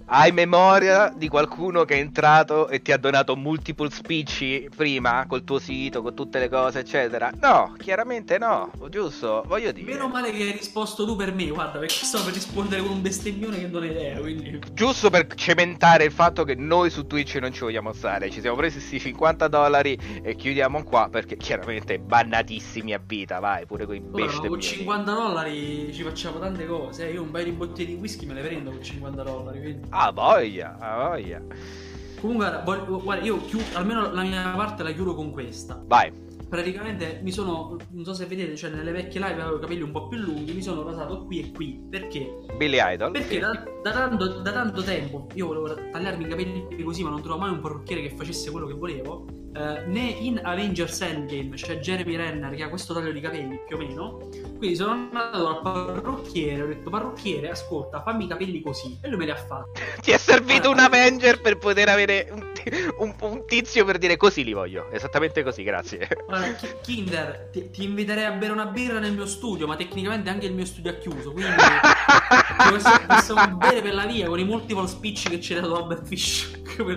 Hai memoria di qualcuno che è entrato e ti ha donato multiple spicci prima col tuo sito, con tutte le cose, eccetera? No, chiaramente no, giusto? Voglio dire. Meno male che hai risposto tu per me, guarda, perché stavo per rispondere con un bestemmione che non ho idea, quindi... Giusto per cementare il fatto che noi su Twitch non ci vogliamo stare, ci siamo presi sti $50 e chiudiamo qua perché chiaramente bannatissimi a vita, vai, pure con i bestemmioni. Con $50 ci facciamo tante cose, io un paio di bottiglie di whisky me le prendo con $50, quindi... Ah, voglia, ah, voglia. Comunque, guarda, io almeno la mia parte la chiudo con questa. Vai. Praticamente mi sono, non so se vedete, cioè nelle vecchie live avevo i capelli un po' più lunghi, mi sono rasato qui e qui. Perché? Billy Idol. Perché da tanto tempo io volevo tagliarmi i capelli così, ma non trovo mai un parrucchiere che facesse quello che volevo. Né in Avengers Endgame c'è Jeremy Renner che ha questo taglio di capelli più o meno. Quindi sono andato dal parrucchiere, ho detto: parrucchiere, ascolta, fammi i capelli così. E lui me li ha fatti. Ti è servito un Avenger per poter avere un tizio per dire così li voglio. Esattamente così, grazie. Guarda, Kinder, ti inviterei a bere una birra nel mio studio, ma tecnicamente anche il mio studio è chiuso, quindi possiamo bere per la via con i multiple speech che ci ha dato Albert Fish.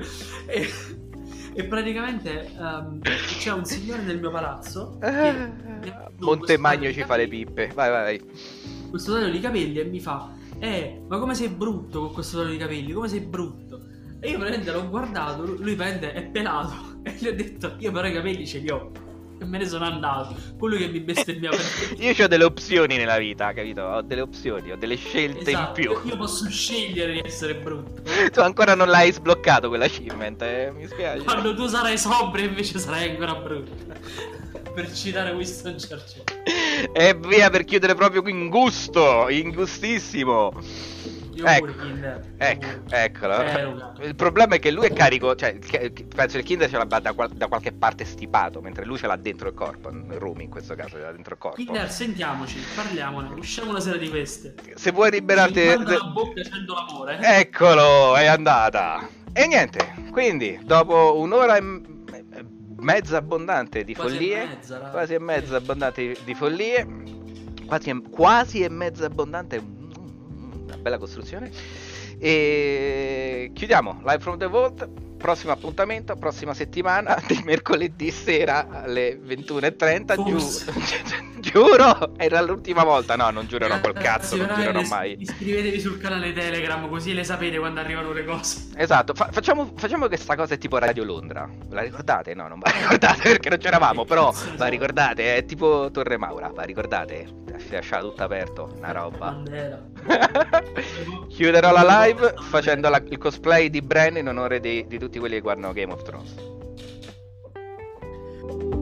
E praticamente c'è un signore nel mio palazzo che Montemagno ci fa le pippe. Vai. questo taglio di capelli e mi fa: ma come sei brutto con questo taglio di capelli, come sei brutto. E io praticamente l'ho guardato, lui praticamente è pelato e gli ho detto: io però i capelli ce li ho. E me ne sono andato. Quello che mi bestemmiava perché... Io ho delle opzioni nella vita, capito? Ho delle opzioni, ho delle scelte in più. Io posso scegliere di essere brutto. Tu ancora non l'hai sbloccato quell'achievement, mi spiace. Quando tu sarai sobrio invece sarai ancora brutto. Per citare Winston Churchill. E via, per chiudere proprio ingusto, ingustissimo. Eccolo. Il problema è che lui è carico, cioè penso che il Kinder ce l'abbia da qualche parte stipato, mentre lui ce l'ha dentro il corpo. Rumi in questo caso ce l'ha dentro il corpo. Kinder, sentiamoci, parliamone, usciamo una sera di queste. Se vuoi liberarti la bocca c'endo l'amore. Eccolo, è andata. E niente, quindi dopo un'ora e mezza abbondante di follie, quasi e mezza abbondante di follie, quasi e mezza abbondante, una bella costruzione, e chiudiamo Live from the Vault. Prossimo appuntamento, prossima settimana, di mercoledì sera alle 21:30. Giuro, era l'ultima volta. No, non giurerò col cazzo, non giurerò mai. Iscrivetevi sul canale Telegram, così le sapete quando arrivano le cose. Esatto, facciamo che sta cosa è tipo Radio Londra. La ricordate? No, non la ricordate perché non c'eravamo, però la ricordate, è tipo Torre Maura, la ricordate? Si lascia tutto aperto, una roba. Chiuderò la live facendo il cosplay di Bran in onore di tutti quelli che guardano Game of Thrones.